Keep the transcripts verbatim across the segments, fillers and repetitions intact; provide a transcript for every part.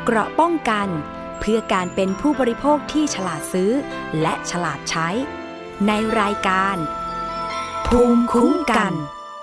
เกราะป้องกันเพื่อการเป็นผู้บริโภคที่ฉลาดซื้อและฉลาดใช้ในรายการภูมิคุ้มกัน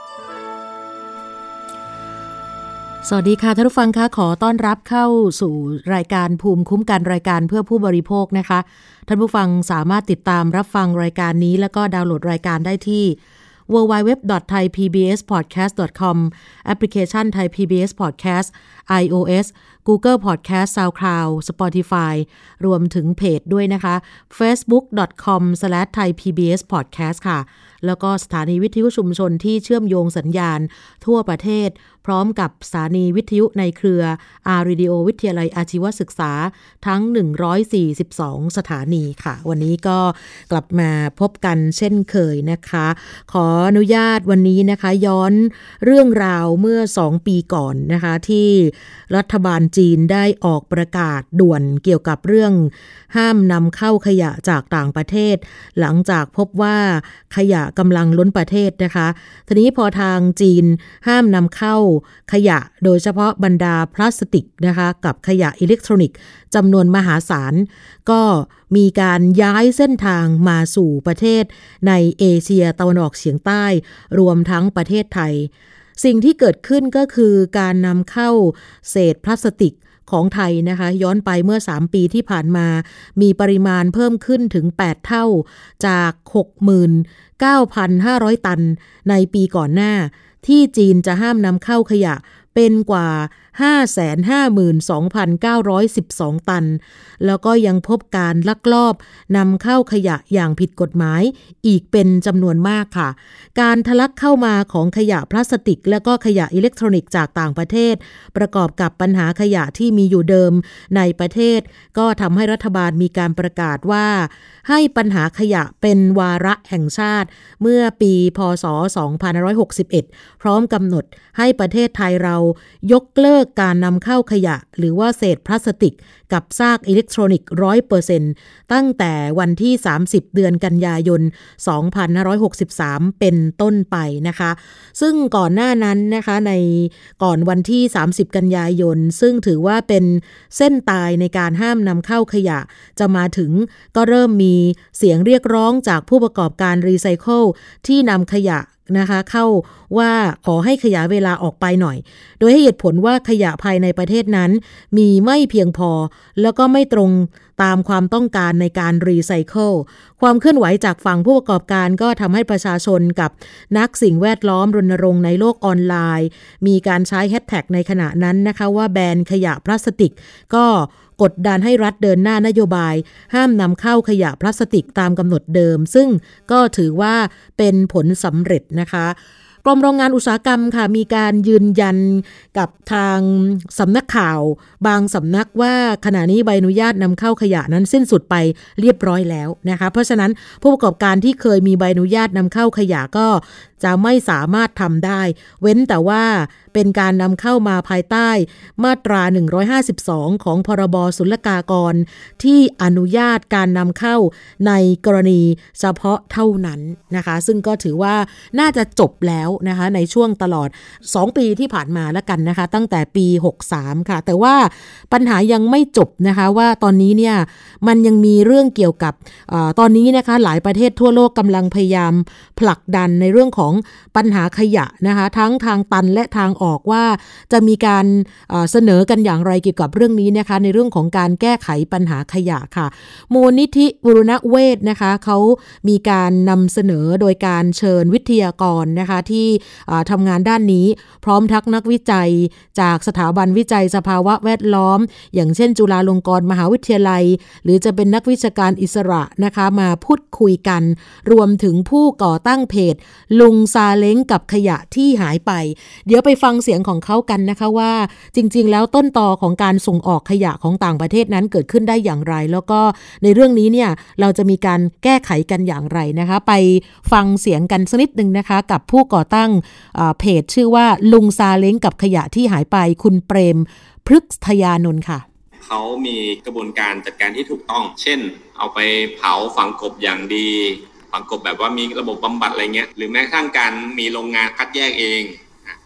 สวัสดีค่ะท่านผู้ฟังคะขอต้อนรับเข้าสู่รายการภูมิคุ้มกันรายการเพื่อผู้บริโภคนะคะท่านผู้ฟังสามารถติดตามรับฟังรายการนี้แล้วก็ดาวน์โหลดรายการได้ที่ ดับเบิลยู ดับเบิลยู ดับเบิลยู ดอท ไทย พี บี เอส พอดแคสต์ ดอท คอม แอปพลิเคชัน Thai พี บี เอส Podcast iOS Google Podcast SoundCloud Spotify รวมถึงเพจด้วยนะคะ เฟซบุ๊ก ดอท คอม สแลช ไทย พี บี เอส พอดแคสต์ ค่ะแล้วก็สถานีวิทยุชุมชนที่เชื่อมโยงสัญญาณทั่วประเทศพร้อมกับสถานีวิทยุในเครือ R Radio วิทยาลัยอาชีวศึกษาทั้งหนึ่งร้อยสี่สิบสองสถานีค่ะวันนี้ก็กลับมาพบกันเช่นเคยนะคะขออนุญาตวันนี้นะคะย้อนเรื่องราวเมื่อสองปีก่อนนะคะที่รัฐบาลจีนได้ออกประกาศด่วนเกี่ยวกับเรื่องห้ามนำเข้าขยะจากต่างประเทศหลังจากพบว่าขยะกำลังล้นประเทศนะคะทีนี้พอทางจีนห้ามนำเข้าขยะโดยเฉพาะบรรดาพลาสติกนะคะกับขยะอิเล็กทรอนิกส์จำนวนมหาศาลก็มีการย้ายเส้นทางมาสู่ประเทศในเอเชียตะวันออกเฉียงใต้รวมทั้งประเทศไทยสิ่งที่เกิดขึ้นก็คือการนำเข้าเศษพลาสติกของไทยนะคะย้อนไปเมื่อสามปีที่ผ่านมามีปริมาณเพิ่มขึ้นถึงแปดเท่าจาก หกหมื่นเก้าพันห้าร้อย ตันในปีก่อนหน้าที่จีนจะห้ามนำเข้าขยะเป็นกว่า ห้าแสนห้าหมื่นสองพันเก้าร้อยสิบสอง ตันแล้วก็ยังพบการลักลอบนำเข้าขยะอย่างผิดกฎหมายอีกเป็นจำนวนมากค่ะการทะลักเข้ามาของขยะพลาสติกและก็ขยะอิเล็กทรอนิกส์จากต่างประเทศประกอบกับปัญหาขยะที่มีอยู่เดิมในประเทศก็ทำให้รัฐบาลมีการประกาศว่าให้ปัญหาขยะเป็นวาระแห่งชาติเมื่อปีพ.ศ. สองพันห้าร้อยหกสิบเอ็ดพร้อมกำหนดให้ประเทศไทยเรายกเลิกการนำเข้าขยะหรือว่าเศษพลาสติกกับซากอิเล็กทรอนิกส์ ร้อยเปอร์เซ็นต์ ตั้งแต่วันที่สามสิบเดือนกันยายนสองพันห้าร้อยหกสิบสามเป็นต้นไปนะคะซึ่งก่อนหน้านั้นนะคะในก่อนวันที่สามสิบกันยายนซึ่งถือว่าเป็นเส้นตายในการห้ามนำเข้าขยะจะมาถึงก็เริ่มมีเสียงเรียกร้องจากผู้ประกอบการรีไซเคิลที่นำขยะนะคะเข้าว่าขอให้ขยายเวลาออกไปหน่อยโดยให้เหตุผลว่าขยะภายในประเทศนั้นมีไม่เพียงพอแล้วก็ไม่ตรงตามความต้องการในการรีไซเคิลความเคลื่อนไหวจากฝั่งผู้ประกอบการก็ทำให้ประชาชนกับนักสิ่งแวดล้อมรณรงค์ในโลกออนไลน์มีการใช้แฮชแท็กในขณะนั้นนะคะว่าแบนขยะพลาสติกก็กดดันให้รัฐเดินหน้านโยบายห้ามนำเข้าขยะพลาสติกตามกำหนดเดิมซึ่งก็ถือว่าเป็นผลสำเร็จนะคะกรมโรงงานอุตสาหกรรมค่ะมีการยืนยันกับทางสำนักข่าวบางสำนักว่าขณะนี้ใบอนุญาตนำเข้าขยะนั้นสิ้นสุดไปเรียบร้อยแล้วนะคะเพราะฉะนั้นผู้ประกอบการที่เคยมีใบอนุญาตนำเข้าขยะก็จะไม่สามารถทำได้เว้นแต่ว่าเป็นการนำเข้ามาภายใต้มาตราหนึ่งร้อยห้าสิบสองของพรบศุลกากรที่อนุญาตการนำเข้าในกรณีเฉพาะเท่านั้นนะคะซึ่งก็ถือว่าน่าจะจบแล้วนะคะในช่วงตลอดสองปีที่ผ่านมาแล้วกันนะคะตั้งแต่ปีหกสิบสามค่ะแต่ว่าปัญหายังไม่จบนะคะว่าตอนนี้เนี่ยมันยังมีเรื่องเกี่ยวกับเอ่อตอนนี้นะคะหลายประเทศทั่วโลกกำลังพยายามผลักดันในเรื่องของปัญหาขยะนะคะทั้งทางตันและทางออกว่าจะมีการเอ่อเสนอกันอย่างไรเกี่ยวกับเรื่องนี้นะคะในเรื่องของการแก้ไขปัญหาขยะค่ะมูลนิธิบุรณเวชนะคะเขามีการนำเสนอโดยการเชิญวิทยากรนะคะที่ทำงานด้านนี้พร้อมทั้งนักวิจัยจากสถาบันวิจัยสภาวะแวดล้อมอย่างเช่นจุฬาลงกรณ์มหาวิทยาลัยหรือจะเป็นนักวิชาการอิสระนะคะมาพูดคุยกันรวมถึงผู้ก่อตั้งเพจลุงซาเล้งกับขยะที่หายไปเดี๋ยวไปฟังเสียงของเขากันนะคะว่าจริงๆแล้วต้นตอของการส่งออกขยะของต่างประเทศนั้นเกิดขึ้นได้อย่างไรแล้วก็ในเรื่องนี้เนี่ยเราจะมีการแก้ไขกันอย่างไรนะคะไปฟังเสียงกันสักนิดนึงนะคะกับผู้ก่อตั้งเพจชื่อว่าลุงซาเล้งกับขยะที่หายไปคุณเปรมพฤกษยานนท์ค่ะเขามีกระบวนการจัดการที่ถูกต้องเช่นเอาไปเผาฝังกลบอย่างดีฝังกลบแบบว่ามีระบบบำบัดอะไรเงี้ยหรือแม้กระทั่งการมีโรงงานคัดแยกเอง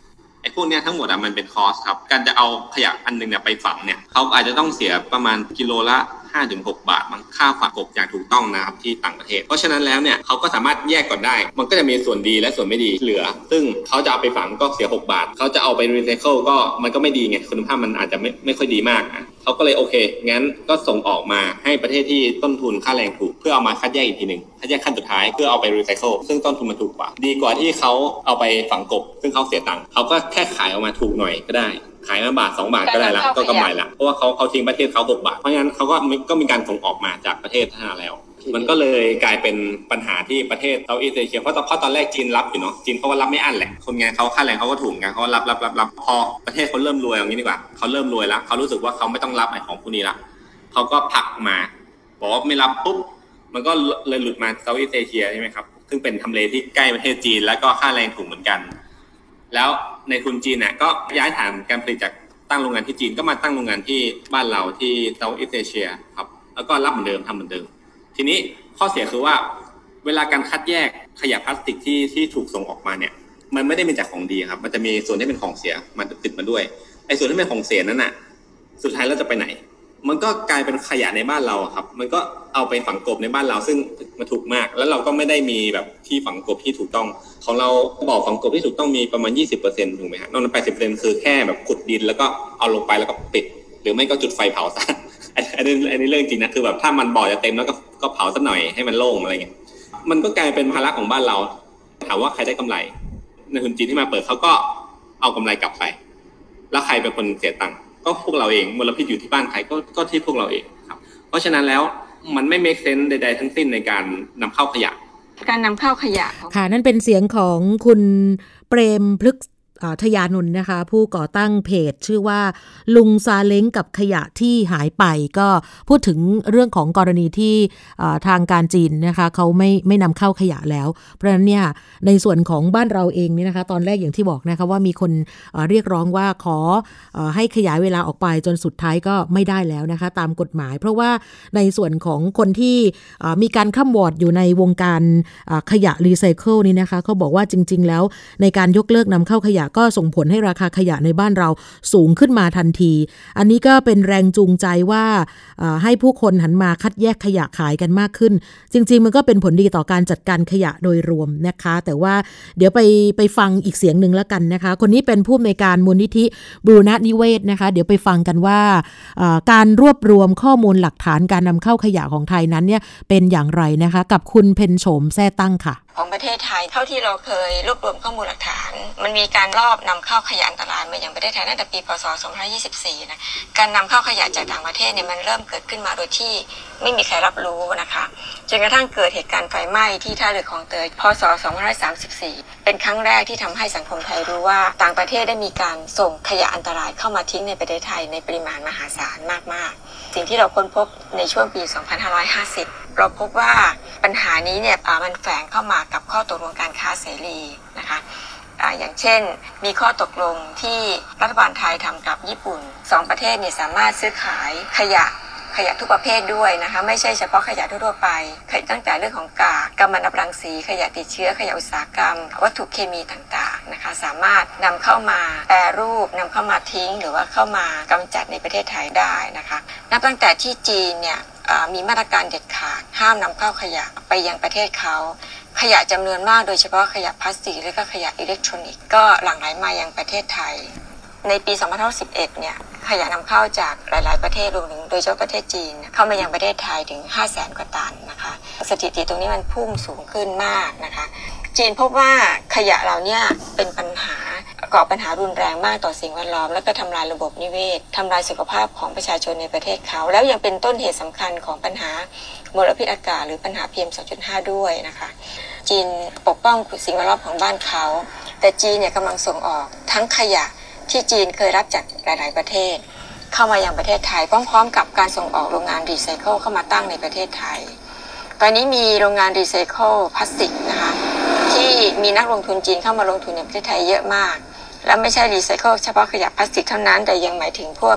ไอ้พวกเนี้ยทั้งหมดอะมันเป็นคอสครับการจะเอาขยะอันนึงเนี่ยไปฝังเนี่ยเขาอาจจะต้องเสียประมาณกิโลละห้าถึงหกบาทมั้งค่าฝังกบอย่างถูกต้องนะครับที่ต่างประเทศเพราะฉะนั้นแล้วเนี่ยเขาก็สามารถแยกก่อนได้มันก็จะมีส่วนดีและส่วนไม่ดีเหลือซึ่งเขาจะเอาไปฝังก็เสียหกบาทเขาจะเอาไปรีไซเคิลก็มันก็ไม่ดีไงคุณภาพมันอาจจะไม่ไม่ค่อยดีมากนะเขาก็เลยโอเคงั้นก็ส่งออกมาให้ประเทศที่ต้นทุนค่าแรงถูกเพื่อเอามาคัดแยกอีกทีนึงคัดแยกขั้นสุดท้ายเพื่อเอาไปรีไซเคิลซึ่งต้นทุนมันถูกกว่าดีกว่าที่เขาเอาไปฝังกบซึ่งเขาเสียตังค์เขาก็แค่ขายออกมาถูกหน่อยก็ได้ขายมาบาทสองบาทก็ได้ละก็กำไรละเพราะว่าเขาเขาทิ้งประเทศเขาหกบาทเพราะงั้นเขาก็ก็มีการส่งออกมาจากประเทศพัฒนาแล้วมันก็เลยกลายเป็นปัญหาที่ประเทศเซาท์อีสต์เอเชียเพราะเพราะตอนแรกจีนรับอยู่เนาะจีนเขาก็รับไม่อั้นแหละคนงานเขาค่าแรงเขาก็ถูกงานเขารับรับรับรับพอประเทศเขาเริ่มรวยอย่างนี้ดีกว่าเขาเริ่มรวยแล้วเขารู้สึกว่าเขาไม่ต้องรับไอ้ของพวกนี้ละเขาก็ผลักมาบอกว่าไม่รับปุ๊บมันก็เลยหลุดมาเซาท์อีสต์เอเชียใช่ไหมครับซึ่งเป็นทำเลที่ใกล้ประเทศจีนแล้วก็ค่าแรงถูกเหมือนกันแล้วในทุนจีนเนี่ยก็ย้ายฐานการผลิตจากตั้งโรงงานที่จีนก็มาตั้งโรงงานที่บ้านเราที่เซาท์อีสต์เอเชียครับแล้วก็รับเหมือนเดิมทำเหมือนเดิมทีนี้ข้อเสียคือว่าเวลาการคัดแยกขยะพลาสติกที่ที่ถูกส่งออกมาเนี่ยมันไม่ได้เป็นจากของดีครับมันจะมีส่วนที่เป็นของเสียมันติดมาด้วยไอ้ส่วนที่เป็นของเสียนั้นน่ะสุดท้ายแล้วจะไปไหนมันก็กลายเป็นขยะในบ้านเราครับมันก็เอาไปฝังกบในบ้านเราซึ่งมันถูกมากแล้วเราก็ไม่ได้มีแบบที่ฝังกบที่ถูกต้องของเราบ่อฝังกบที่ถูกต้องมีประมาณ ยี่สิบเปอร์เซ็นต์ ถูกไหมฮะนอกนั้น แปดสิบเปอร์เซ็นต์ คือแค่แบบขุดดินแล้วก็เอาลงไปแล้วก็ปิดหรือไม่ก็จุดไฟเผาซะอันนี้อันนี้เรื่องจริงนะคือแบบถ้ามันบ่อจะเต็มแล้วก็ก็เผาซะหน่อยให้มันโล่งอะไรเงี้ยมันก็กลายเป็นภาระของบ้านเราถามว่าใครได้กำไรในทุนจีนที่มาเปิดเขาก็เอากำไรกลับไปแล้วใครเป็นคนเสียตังค์ก็พวกเราเองมลพิษอยู่ที่บ้านใครก็ก็ที่พวกเราเองครับเพราะฉะนั้นแล้วมันไม่ make sense ใดๆทั้งสิ้นในการนำเข้าขยะการนำเข้าขยะค่ะนั่นเป็นเสียงของคุณเปรมพฤกษทยานนท์นะคะผู้ก่อตั้งเพจชื่อว่าลุงซาเล้งกับขยะที่หายไปก็พูดถึงเรื่องของกรณีที่ทางการจีนนะคะเขาไม่ไม่นำเข้าขยะแล้วเพราะฉะนั้นเนี่ยในส่วนของบ้านเราเองเนี่ยนะคะตอนแรกอย่างที่บอกนะคะว่ามีคนเรียกร้องว่าขอให้ขยายเวลาออกไปจนสุดท้ายก็ไม่ได้แล้วนะคะตามกฎหมายเพราะว่าในส่วนของคนที่มีการข้ามวอร์ดอยู่ในวงการขยะรีไซเคิลนี่นะคะเขาบอกว่าจริงๆแล้วในการยกเลิกนำเข้าขยะก็ส่งผลให้ราคาขยะในบ้านเราสูงขึ้นมาทันทีอันนี้ก็เป็นแรงจูงใจว่าให้ผู้คนหันมาคัดแยกขยะขายกันมากขึ้นจริงๆมันก็เป็นผลดีต่อการจัดการขยะโดยรวมนะคะแต่ว่าเดี๋ยวไปไปฟังอีกเสียงนึงแล้วกันนะคะคนนี้เป็นผู้อำนวยการมูลนิธิบูรณนิเวศนะคะเดี๋ยวไปฟังกันว่าการรวบรวมข้อมูลหลักฐานการนำเข้าขยะของไทยนั้นเนี่ยเป็นอย่างไรนะคะกับคุณเพ็ญโฉมแซ่ตั้งค่ะของประเทศไทยเท่าที่เราเคยรวบรวมข้อมูลหลักฐานมันมีการลอบนำเข้าขยะอันตรายมาอย่างประเทศไทยตั้งแต่ปีพ.ศ. สองพันห้าร้อยยี่สิบสี่นะการนำเข้าขยะจากต่างประเทศเนี่ยมันเริ่มเกิดขึ้นมาโดยที่ไม่มีใครรับรู้นะคะจนกระทั่งเกิดเหตุการณ์ไฟไหม้ที่ท่าเรือคลองเตยพ.ศ. สองพันห้าร้อยสามสิบสี่เป็นครั้งแรกที่ทำให้สังคมไทยรู้ว่าต่างประเทศได้มีการส่งขยะอันตรายเข้ามาทิ้งในประเทศไทยในปริมาณมหาศาลมากๆสิ่งที่เราค้นพบในช่วงปีสองพันห้าร้อยห้าสิบเราพบว่าปัญหานี้เนี่ยมันแฝงเข้ามากับข้อตกลงการค้าเสรีนะคะอย่างเช่นมีข้อตกลงที่รัฐบาลไทยทำกับญี่ปุ่นสองประเทศเนี่ยสามารถซื้อขายขยะขยะทุกประเภทด้วยนะคะไม่ใช่เฉพาะขยะทั่วไปตั้งแต่เรื่องของกากกัมมันตรังสีขยะติดเชื้อขยะอุตสาหกรรมวัตถุเคมีต่างๆนะคะสามารถนำเข้ามาแปรรูปนำเข้ามาทิ้งหรือว่าเข้ามากำจัดในประเทศไทยได้นะคะนับตั้งแต่ที่จีนเนี่ยมีมาตรการเด็ดขาดห้ามนำเข้าขยะไปยังประเทศเขาขยะจำนวนมากโดยเฉพาะขยะพลาสติกและก็ขยะอิเล็กทรอนิกส์ก็หลั่งไหลมายังประเทศไทยในปีสองพันห้าร้อยสิบเอ็ดเนี่ยขยะนำเข้าจากหลายๆประเทศรวมถึงโดยเฉพาะประเทศจีนเข้ามายังประเทศไทยถึง ห้าแสน กว่าตันนะคะสถิติตรงนี้มันพุ่งสูงขึ้นมากนะคะจีนพบว่าขยะเราเนี่ยเป็นปัญหาก่อปัญหารุนแรงมากต่อสิ่งแวดล้อมและก็ทำลายระบบนิเวศทำลายสุขภาพของประชาชนในประเทศเขาแล้วยังเป็นต้นเหตุสำคัญของปัญหามลพิษอากาศหรือปัญหา พี เอ็ม สองจุดห้า ด้วยนะคะจีนปกป้องสิ่งแวดล้อมของบ้านเขาแต่จีนเนี่ยกำลังส่งออกทั้งขยะที่จีนเคยรับจากหลายๆประเทศเข้ามายังประเทศไทยพร้อมๆกับการส่งออกโรงงานรีไซเคิลเข้ามาตั้งในประเทศไทยตอนนี้มีโรงงานรีไซเคิลพลาสติกนะคะที่มีนักลงทุนจีนเข้ามาลงทุนในประเทศไทยเยอะมากและไม่ใช่รีไซเคิลเฉพาะขยะพลาสติกเท่านั้นแต่ยังหมายถึงพวก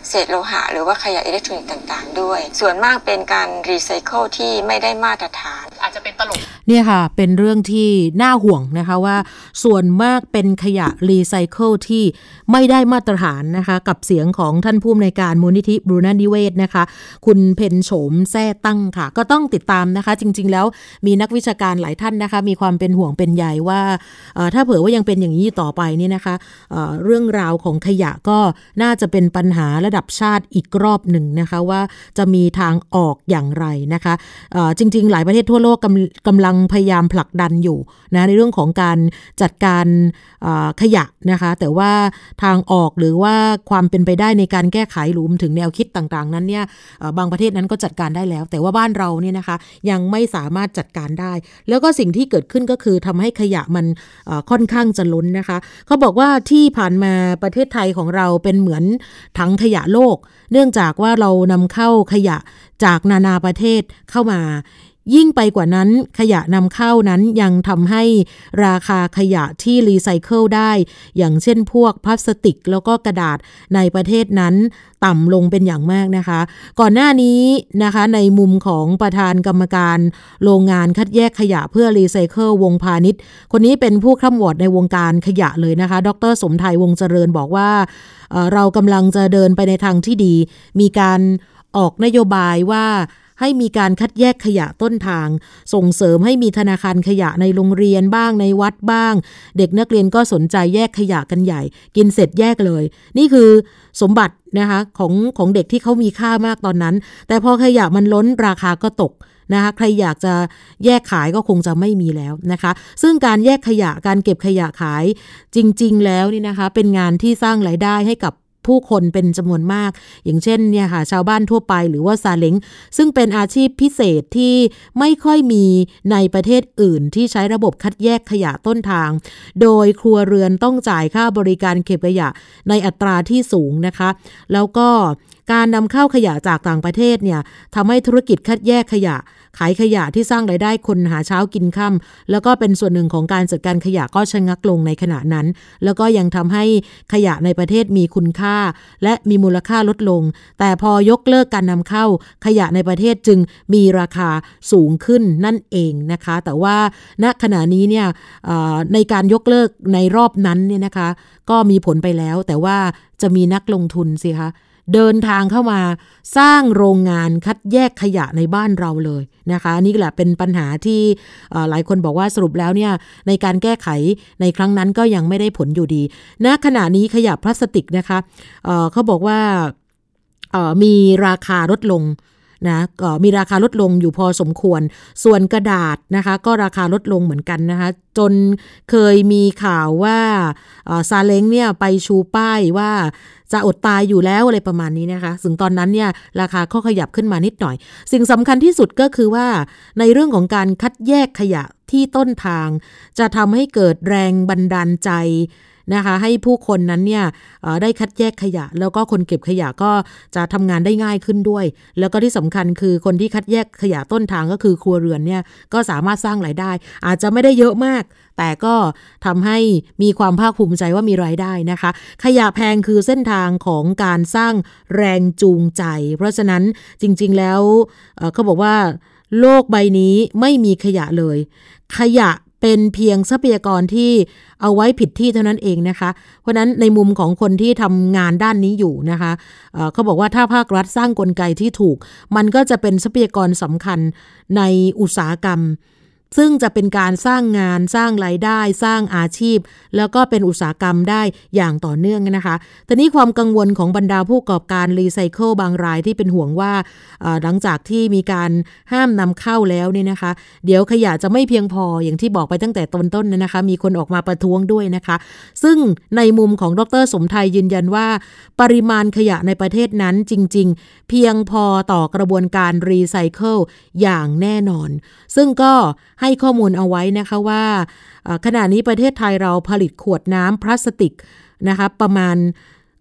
เศษโลหะหรือว่าขยะอิเล็กทรอนิกส์ต่างๆด้วยส่วนมากเป็นการรีไซเคิลที่ไม่ได้มาตรฐานอาจจะเป็นตลกเนี่ยค่ะเป็นเรื่องที่น่าห่วงนะคะว่าส่วนมากเป็นขยะรีไซเคิลที่ไม่ได้มาตรฐานนะคะกับเสียงของท่านผู้อำนวยการมูลนิธิบรูนานิเวศนะคะคุณเพ็ญโฉมแซ่ตั้งค่ะก็ต้องติดตามนะคะจริงๆแล้วมีนักวิชาการหลายท่านนะคะมีความเป็นห่วงเป็นใยว่าถ้าเผื่อว่ายังเป็นอย่างนี้ต่อไปนี่นะคะ เอ่อ เรื่องราวของขยะก็น่าจะเป็นปัญหาระดับชาติอีกรอบหนึ่งนะคะว่าจะมีทางออกอย่างไรนะคะจริงๆหลายประเทศทั่วโลกกำกำลังพยายามผลักดันอยู่นะในเรื่องของการจัดการขยะนะคะแต่ว่าทางออกหรือว่าความเป็นไปได้ในการแก้ไขรวมถึงแนวคิดต่างๆนั้นเนี่ยบางประเทศนั้นก็จัดการได้แล้วแต่ว่าบ้านเราเนี่ยนะคะยังไม่สามารถจัดการได้แล้วก็สิ่งที่เกิดขึ้นก็คือทำให้ขยะมันค่อนข้างจะล้นนะคะเขาบอกว่าที่ผ่านมาประเทศไทยของเราเป็นเหมือนถังขยะโลกเนื่องจากว่าเรานำเข้าขยะจากนานาประเทศเข้ามายิ่งไปกว่านั้นขยะนำเข้านั้นยังทำให้ราคาขยะที่รีไซเคิลได้อย่างเช่นพวกพลาสติกแล้วก็กระดาษในประเทศนั้นต่ำลงเป็นอย่างมากนะคะก่อนหน้านี้นะคะในมุมของประธานกรรมการโรงงานคัดแยกขยะเพื่อรีไซเคิลวงพาณิชย์คนนี้เป็นผู้คร่ำวอดในวงการขยะเลยนะคะดร.สมไทยวงศ์เจริญบอกว่าเอ่อเรากำลังจะเดินไปในทางที่ดีมีการออกนโยบายว่าให้มีการคัดแยกขยะต้นทางส่งเสริมให้มีธนาคารขยะในโรงเรียนบ้างในวัดบ้างเด็กนักเรียนก็สนใจแยกขยะกันใหญ่กินเสร็จแยกเลยนี่คือสมบัตินะคะของของเด็กที่เขามีค่ามากตอนนั้นแต่พอขยะมันล้นราคาก็ตกนะคะใครอยากจะแยกขายก็คงจะไม่มีแล้วนะคะซึ่งการแยกขยะการเก็บขยะขายจริงๆแล้วนี่นะคะเป็นงานที่สร้างรายได้ให้กับผู้คนเป็นจำนวนมากอย่างเช่นเนี่ยค่ะชาวบ้านทั่วไปหรือว่าซาเล้งซึ่งเป็นอาชีพพิเศษที่ไม่ค่อยมีในประเทศอื่นที่ใช้ระบบคัดแยกขยะต้นทางโดยครัวเรือนต้องจ่ายค่าบริการเก็บขยะในอัตราที่สูงนะคะแล้วก็การนำเข้าขยะจากต่างประเทศเนี่ยทำให้ธุรกิจคัดแยกขยะขายขยะที่สร้างรายได้คนหาเช้ากินค่ำแล้วก็เป็นส่วนหนึ่งของการจัดการขยะก็ชะงักลงในขณะนั้นแล้วก็ยังทำให้ขยะในประเทศมีคุณค่าและมีมูลค่าลดลงแต่พอยกเลิกการนำเข้าขยะในประเทศจึงมีราคาสูงขึ้นนั่นเองนะคะแต่ว่าณขณะนี้เนี่ยในการยกเลิกในรอบนั้นเนี่ยนะคะก็มีผลไปแล้วแต่ว่าจะมีนักลงทุนสิคะเดินทางเข้ามาสร้างโรงงานคัดแยกขยะในบ้านเราเลยนะคะนี่แหละเป็นปัญหาที่หลายคนบอกว่าสรุปแล้วเนี่ยในการแก้ไขในครั้งนั้นก็ยังไม่ได้ผลอยู่ดีณขณะนี้ขยะพลาสติกนะคะเอ่อเขาบอกว่าเอ่อมีราคาลดลงนะก็มีราคาลดลงอยู่พอสมควรส่วนกระดาษนะคะก็ราคาลดลงเหมือนกันนะคะจนเคยมีข่าวว่าซาเล้งเนี่ยไปชูป้ายว่าจะอดตายอยู่แล้วอะไรประมาณนี้นะคะซึ่งตอนนั้นเนี่ยราคาก็ขยับขึ้นมานิดหน่อยสิ่งสำคัญที่สุดก็คือว่าในเรื่องของการคัดแยกขยะที่ต้นทางจะทำให้เกิดแรงบันดาลใจนะคะให้ผู้คนนั้นเนี่ยได้คัดแยกขยะแล้วก็คนเก็บขยะก็จะทำงานได้ง่ายขึ้นด้วยแล้วก็ที่สำคัญคือคนที่คัดแยกขยะต้นทางก็คือครัวเรือนเนี่ยก็สามารถสร้างรายได้อาจจะไม่ได้เยอะมากแต่ก็ทำให้มีความภาคภูมิใจว่ามีรายได้นะคะขยะแพงคือเส้นทางของการสร้างแรงจูงใจเพราะฉะนั้นจริงๆแล้วเขาบอกว่าโลกใบนี้ไม่มีขยะเลยขยะเป็นเพียงทรัพยากรที่เอาไว้ผิดที่เท่านั้นเองนะคะเพราะนั้นในมุมของคนที่ทำงานด้านนี้อยู่นะคะเอ่อเขาบอกว่าถ้าภาครัฐสร้างกลไกที่ถูกมันก็จะเป็นทรัพยากรสำคัญในอุตสาหกรรมซึ่งจะเป็นการสร้างงานสร้างรายได้สร้างอาชีพแล้วก็เป็นอุตสาหกรรมได้อย่างต่อเนื่องนะคะแต่นี่ความกังวลของบรรดาผู้ประกอบการรีไซเคิลบางรายที่เป็นห่วงว่าหลังจากที่มีการห้ามนำเข้าแล้วเนี่ยนะคะเดี๋ยวขยะจะไม่เพียงพออย่างที่บอกไปตั้งแต่ต้นต้นนะคะมีคนออกมาประท้วงด้วยนะคะซึ่งในมุมของดร.สมไทยยืนยันว่าปริมาณขยะในประเทศนั้นจริงๆเพียงพอต่อกระบวนการรีไซเคิลอย่างแน่นอนซึ่งก็ให้ข้อมูลเอาไว้นะคะว่าขณะนี้ประเทศไทยเราผลิตขวดน้ำพลาสติกนะคะประมาณ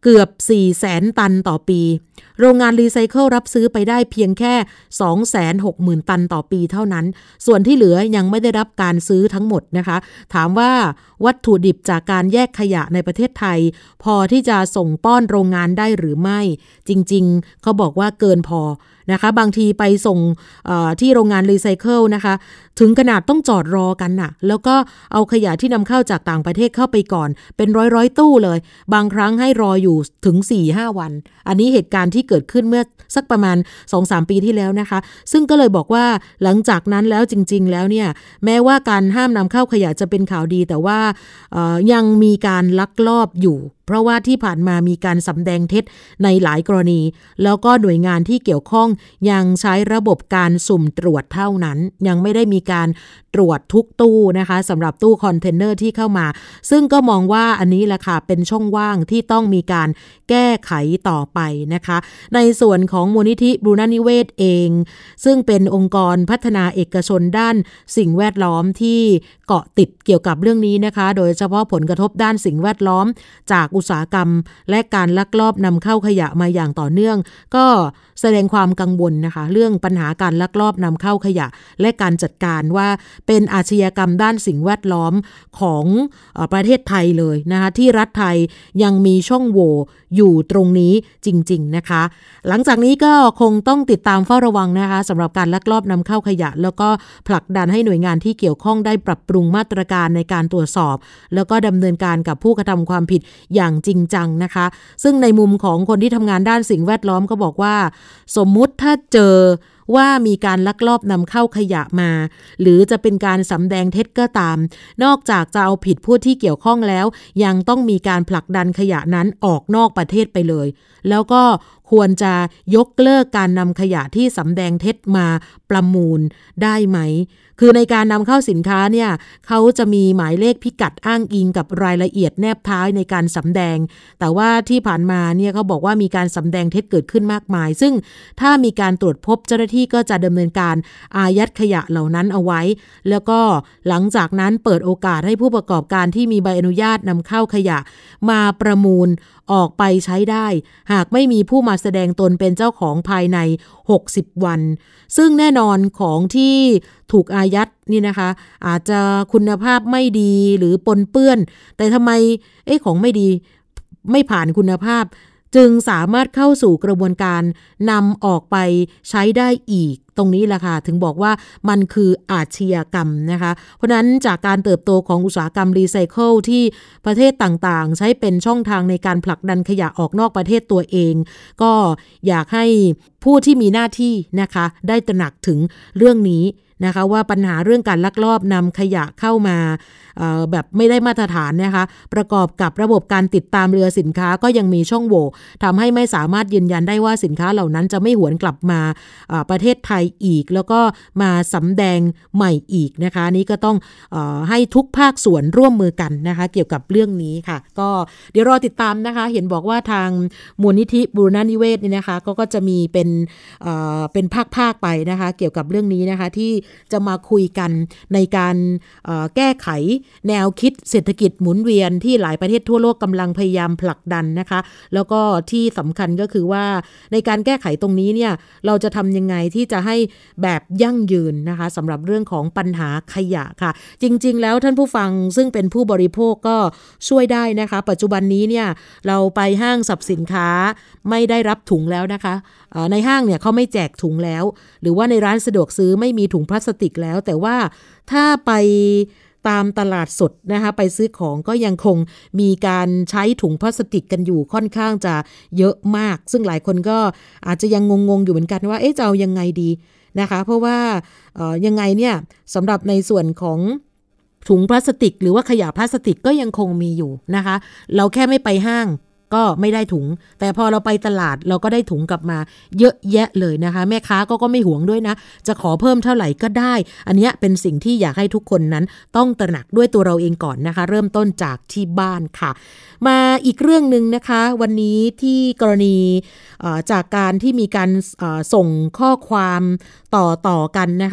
เกือบ สี่แสน ตันต่อปีโรงงานรีไซเคิลรับซื้อไปได้เพียงแค่ สองแสนหกหมื่น ตันต่อปีเท่านั้นส่วนที่เหลือยังไม่ได้รับการซื้อทั้งหมดนะคะถามว่าวัตถุดิบจากการแยกขยะในประเทศไทยพอที่จะส่งป้อนโรงงานได้หรือไม่จริงๆเขาบอกว่าเกินพอนะคะบางทีไปส่งที่โรงงานรีไซเคิลนะคะถึงขนาดต้องจอดรอกันน่ะแล้วก็เอาขยะที่นำเข้าจากต่างประเทศเข้าไปก่อนเป็นร้อยๆตู้เลยบางครั้งให้รออยู่ถึง สี่ห้า วันอันนี้เหตุการณ์ที่เกิดขึ้นเมื่อสักประมาณ สองสาม ปีที่แล้วนะคะซึ่งก็เลยบอกว่าหลังจากนั้นแล้วจริงๆแล้วเนี่ยแม้ว่าการห้ามนำเข้าขยะจะเป็นข่าวดีแต่ว่ายังมีการลักลอบอยู่เพราะว่าที่ผ่านมามีการสำแดงเท็จในหลายกรณีแล้วก็หน่วยงานที่เกี่ยวข้องยังใช้ระบบการสุ่มตรวจเท่านั้นยังไม่ได้มีการตรวจทุกตู้นะคะสำหรับตู้คอนเทนเนอร์ที่เข้ามาซึ่งก็มองว่าอันนี้แหละค่ะเป็นช่องว่างที่ต้องมีการแก้ไขต่อไปนะคะในส่วนของมูลนิธิบูรณนิเวศเองซึ่งเป็นองค์กรพัฒนาเอกชนด้านสิ่งแวดล้อมที่เกาะติดเกี่ยวกับเรื่องนี้นะคะโดยเฉพาะผลกระทบด้านสิ่งแวดล้อมจากอุตสาหกรรมและการลักลอบนำเข้าขยะมาอย่างต่อเนื่องก็แสดงความกังวลนะคะเรื่องปัญหาการลักลอบนำเข้าขยะและการจัดการว่าเป็นอาชญากรรมด้านสิ่งแวดล้อมของประเทศไทยเลยนะคะที่รัฐไทยยังมีช่องโหว่อยู่ตรงนี้จริงๆนะคะหลังจากนี้ก็คงต้องติดตามเฝ้าระวังนะคะสำหรับการลักลอบนำเข้าขยะแล้วก็ผลักดันให้หน่วยงานที่เกี่ยวข้องได้ปรับปรุงมาตรการในการตรวจสอบแล้วก็ดำเนินการกับผู้กระทำความผิดอย่างจริงจังนะคะซึ่งในมุมของคนที่ทำงานด้านสิ่งแวดล้อมก็บอกว่าสมมุติถ้าเจอว่ามีการลักลอบนำเข้าขยะมาหรือจะเป็นการสำแดงเท็จก็ตามนอกจากจะเอาผิดผู้ที่เกี่ยวข้องแล้วยังต้องมีการผลักดันขยะนั้นออกนอกประเทศไปเลยแล้วก็ควรจะยกเลิกการนำขยะที่สำแดงเท็จมาประมูลได้ไหมคือในการนำเข้าสินค้าเนี่ยเขาจะมีหมายเลขพิกัดอ้างอิงกับรายละเอียดแนบท้ายในการสำแดงแต่ว่าที่ผ่านมาเนี่ยเขาบอกว่ามีการสำแดงเท็จเกิดขึ้นมากมายซึ่งถ้ามีการตรวจพบเจ้าหน้าที่ก็จะดำเนินการอายัดขยะเหล่านั้นเอาไว้แล้วก็หลังจากนั้นเปิดโอกาสให้ผู้ประกอบการที่มีใบอนุญาตนำเข้าขยะมาประมูลออกไปใช้ได้หากไม่มีผู้มาแสดงตนเป็นเจ้าของภายในหกสิบวันซึ่งแน่นอนของที่ถูกอายัดนี่นะคะอาจจะคุณภาพไม่ดีหรือปนเปื้อนแต่ทำไมเอ๊ะของไม่ดีไม่ผ่านคุณภาพจึงสามารถเข้าสู่กระบวนการนำออกไปใช้ได้อีกตรงนี้แหละค่ะถึงบอกว่ามันคืออาชญากรรมนะคะเพราะนั้นจากการเติบโตของอุตสาหกรรมรีไซเคิลที่ประเทศต่างๆใช้เป็นช่องทางในการผลักดันขยะออกนอกประเทศตัวเองก็อยากให้ผู้ที่มีหน้าที่นะคะได้ตระหนักถึงเรื่องนี้นะคะว่าปัญหาเรื่องการลักลอบนำขยะเข้ามาแบบไม่ได้มาตรฐานนะคะประกอบกับระบบการติดตามเรือสินค้าก็ยังมีช่องโหว่ทำให้ไม่สามารถยืนยันได้ว่าสินค้าเหล่านั้นจะไม่หวนกลับมาประเทศไทยอีกแล้วก็มาสำแดงใหม่อีกนะคะนี้ก็ต้องเอ่อให้ทุกภาคส่วนร่วมมือกันนะคะเกี่ยวกับเรื่องนี้ค่ะก็เดี๋ยวรอติดตามนะคะเห็นบอกว่าทางมูลนิธิบูรณนิเวศนี่นะคะก็ก็จะมีเป็นเอ่อเป็นภาคๆไปนะคะเกี่ยวกับเรื่องนี้นะคะที่จะมาคุยกันในการเอ่อแก้ไขแนวคิดเศรษฐกิจหมุนเวียนที่หลายประเทศทั่วโลกกำลังพยายามผลักดันนะคะแล้วก็ที่สำคัญก็คือว่าในการแก้ไขตรงนี้เนี่ยเราจะทำยังไงที่จะให้แบบยั่งยืนนะคะสำหรับเรื่องของปัญหาขยะค่ะจริงๆแล้วท่านผู้ฟังซึ่งเป็นผู้บริโภคก็ช่วยได้นะคะปัจจุบันนี้เนี่ยเราไปห้างสรรพสินค้าไม่ได้รับถุงแล้วนะคะในห้างเนี่ยเขาไม่แจกถุงแล้วหรือว่าในร้านสะดวกซื้อไม่มีถุงพลาสติกแล้วแต่ว่าถ้าไปตามตลาดสดนะคะไปซื้อของก็ยังคงมีการใช้ถุงพลาสติกกันอยู่ค่อนข้างจะเยอะมากซึ่งหลายคนก็อาจจะยังงงๆอยู่เหมือนกันว่าเอ๊ะจะเอายังไงดีนะคะเพราะว่าเอ่อยังไงเนี่ยสำหรับในส่วนของถุงพลาสติกหรือว่าขยะพลาสติกก็ยังคงมีอยู่นะคะเราแค่ไม่ไปห้างก็ไม่ได้ถุงแต่พอเราไปตลาดเราก็ได้ถุงกลับมาเยอะแยะเลยนะคะแม่ค้าก็ก็ไม่หวงด้วยนะจะขอเพิ่มเท่าไหร่ก็ได้อันนี้เป็นสิ่งที่อยากให้ทุกคนนั้นต้องตระหนักด้วยตัวเราเองก่อนนะคะเริ่มต้นจากที่บ้านค่ะมาอีกเรื่องนึงนะคะวันนี้ที่กรณีจากการที่มีการส่งข้อความต่อต่อกันนะคะ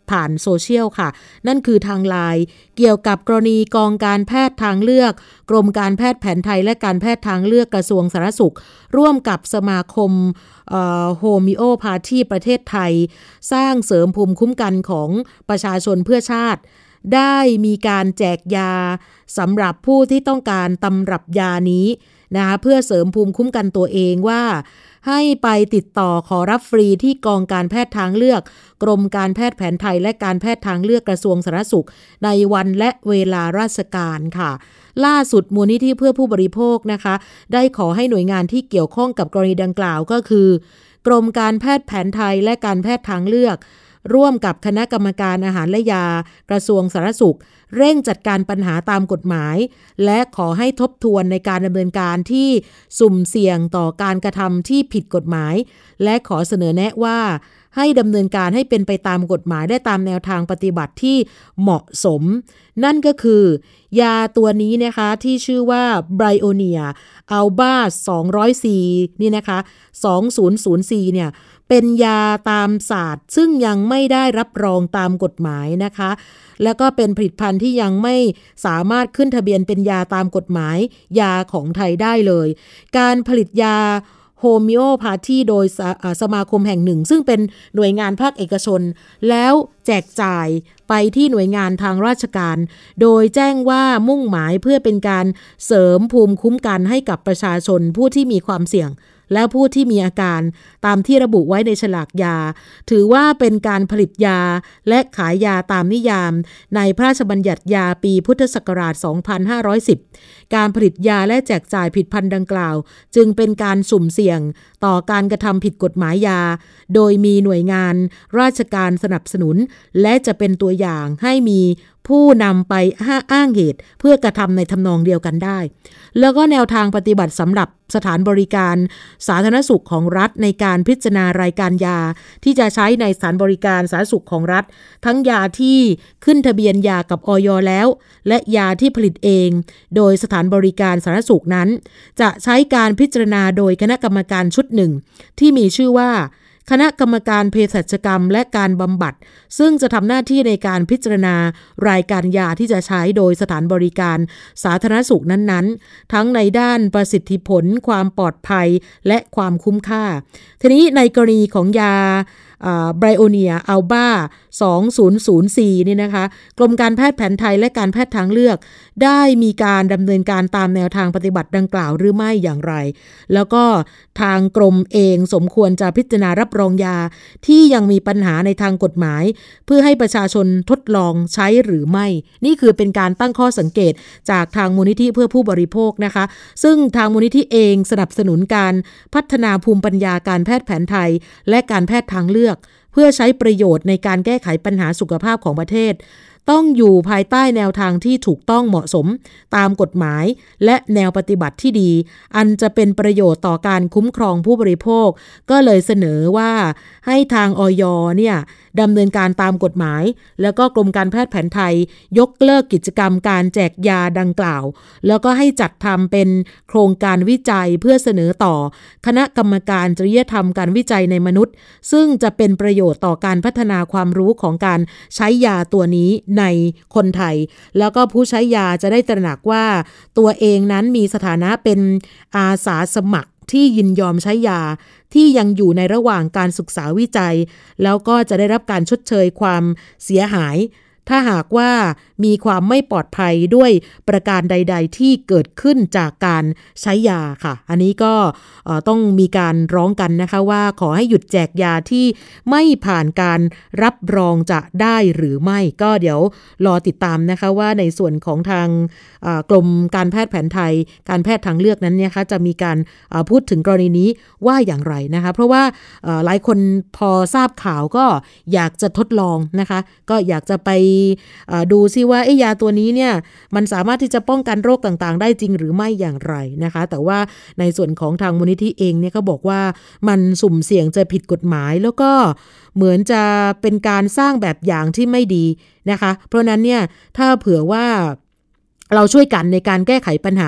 ผ่านโซเชียลค่ะนั่นคือทางไลน์เกี่ยวกับกรณีกองการแพทย์ทางเลือกกรมการแพทย์แผนไทยและการแพทย์ทางเลือกกระทรวงสาธารณสุขร่วมกับสมาคมโฮมิโอพาธีประเทศไทยสร้างเสริมภูมิคุ้มกันของประชาชนเพื่อชาติได้มีการแจกยาสำหรับผู้ที่ต้องการตำรับยานี้นะคะเพื่อเสริมภูมิคุ้มกันตัวเองว่าให้ไปติดต่อขอรับฟรีที่กองการแพทย์ทางเลือกกรมการแพทย์แผนไทยและการแพทย์ทางเลือกกระทรวงสาธารณสุขในวันและเวลาราชการค่ะล่าสุดมูลนิธิเพื่อผู้บริโภคนะคะได้ขอให้หน่วยงานที่เกี่ยวข้องกับกรณีดังกล่าวก็คือกรมการแพทย์แผนไทยและการแพทย์ทางเลือกร่วมกับคณะกรรมการอาหารและยากระทรวงสาธารณสุขเร่งจัดการปัญหาตามกฎหมายและขอให้ทบทวนในการดำเนินการที่สุ่มเสี่ยงต่อการกระทำที่ผิดกฎหมายและขอเสนอแนะว่าให้ดำเนินการให้เป็นไปตามกฎหมายได้ตามแนวทางปฏิบัติที่เหมาะสมนั่นก็คือยาตัวนี้นะคะที่ชื่อว่า Brionia Alba สองร้อยซี นี่นะคะสองร้อยซี เนี่ยเป็นยาตามศาสตร์ซึ่งยังไม่ได้รับรองตามกฎหมายนะคะแล้วก็เป็นผลิตภัณฑ์ที่ยังไม่สามารถขึ้นทะเบียนเป็นยาตามกฎหมายยาของไทยได้เลยการผลิตยาโฮมิโอพาธีโดยส, สมาคมแห่งหนึ่งซึ่งเป็นหน่วยงานภาคเอกชนแล้วแจกจ่ายไปที่หน่วยงานทางราชการโดยแจ้งว่ามุ่งหมายเพื่อเป็นการเสริมภูมิคุ้มกันให้กับประชาชนผู้ที่มีความเสี่ยงและผู้ที่มีอาการตามที่ระบุไว้ในฉลากยาถือว่าเป็นการผลิตยาและขายยาตามนิยามในพระราชบัญญัติยาปีพุทธศักราชสองพันห้าร้อยสิบการผลิตยาและแจกจ่ายผลิตภัณฑ์ดังกล่าวจึงเป็นการสุ่มเสี่ยงต่อการกระทำผิดกฎหมายยาโดยมีหน่วยงานราชการสนับสนุนและจะเป็นตัวอย่างให้มีผู้นำไปอ้างเหตุเพื่อกระทำในทำนองเดียวกันได้แล้วก็แนวทางปฏิบัติสำหรับสถานบริการสาธารณสุขของรัฐในการพิจารณารายการยาที่จะใช้ในสถานบริการสาธารณสุขของรัฐทั้งยาที่ขึ้นทะเบียนยากับอย.แล้วและยาที่ผลิตเองโดยสถานบริการสาธารณสุขนั้นจะใช้การพิจารณาโดยคณะกรรมการชุดหนึ่งที่มีชื่อว่าคณะกรรมการเภสัชกรรมและการบำบัดซึ่งจะทำหน้าที่ในการพิจารณารายการยาที่จะใช้โดยสถานบริการสาธารณสุขนั้นๆทั้งในด้านประสิทธิผลความปลอดภัยและความคุ้มค่าทีนี้ในกรณีของยาไบรโอเนียอัลบาสองร้อยซีนี่นะคะกรมการแพทย์แผนไทยและการแพทย์ทางเลือกได้มีการดำเนินการตามแนวทางปฏิบัติดังกล่าวหรือไม่อย่างไรแล้วก็ทางกรมเองสมควรจะพิจารณารับรองยาที่ยังมีปัญหาในทางกฎหมายเพื่อให้ประชาชนทดลองใช้หรือไม่นี่คือเป็นการตั้งข้อสังเกตจากทางมูลนิธิเพื่อผู้บริโภคนะคะซึ่งทางมูลนิธิเองสนับสนุนการพัฒนาภูมิปัญญาการแพทย์แผนไทยและการแพทย์ทางเลือกเพื่อใช้ประโยชน์ในการแก้ไขปัญหาสุขภาพของประเทศต้องอยู่ภายใต้แนวทางที่ถูกต้องเหมาะสมตามกฎหมายและแนวปฏิบัติที่ดีอันจะเป็นประโยชน์ต่อการคุ้มครองผู้บริโภคก็เลยเสนอว่าให้ทางอย.เนี่ยดำเนินการตามกฎหมายแล้วก็กรมการแพทย์แผนไทยยกเลิกกิจกรรมการแจกยาดังกล่าวแล้วก็ให้จัดทำเป็นโครงการวิจัยเพื่อเสนอต่อคณะกรรมการจริยธรรมการวิจัยในมนุษย์ซึ่งจะเป็นประโยชน์ต่อการพัฒนาความรู้ของการใช้ยาตัวนี้ในคนไทยแล้วก็ผู้ใช้ยาจะได้ตระหนักว่าตัวเองนั้นมีสถานะเป็นอาสาสมัครที่ยินยอมใช้ยาที่ยังอยู่ในระหว่างการศึกษาวิจัยแล้วก็จะได้รับการชดเชยความเสียหายถ้าหากว่ามีความไม่ปลอดภัยด้วยประการใดๆที่เกิดขึ้นจากการใช้ยาค่ะอันนี้ก็ต้องมีการร้องกันนะคะว่าขอให้หยุดแจกยาที่ไม่ผ่านการรับรองจะได้หรือไม่ก็เดี๋ยวรอติดตามนะคะว่าในส่วนของทางกรมการแพทย์แผนไทยการแพทย์ทางเลือกนั้นเนี่ยคะจะมีการพูดถึงกรณีนี้ว่าอย่างไรนะคะเพราะว่าหลายคนพอทราบข่าวก็อยากจะทดลองนะคะก็อยากจะไปดูซิว่าไอ้ยาตัวนี้เนี่ยมันสามารถที่จะป้องกันโรคต่างๆได้จริงหรือไม่อย่างไรนะคะแต่ว่าในส่วนของทางมูลนิธิเองเนี่ยเขาบอกว่ามันสุ่มเสี่ยงจะผิดกฎหมายแล้วก็เหมือนจะเป็นการสร้างแบบอย่างที่ไม่ดีนะคะเพราะนั้นเนี่ยถ้าเผื่อว่าเราช่วยกันในการแก้ไขปัญหา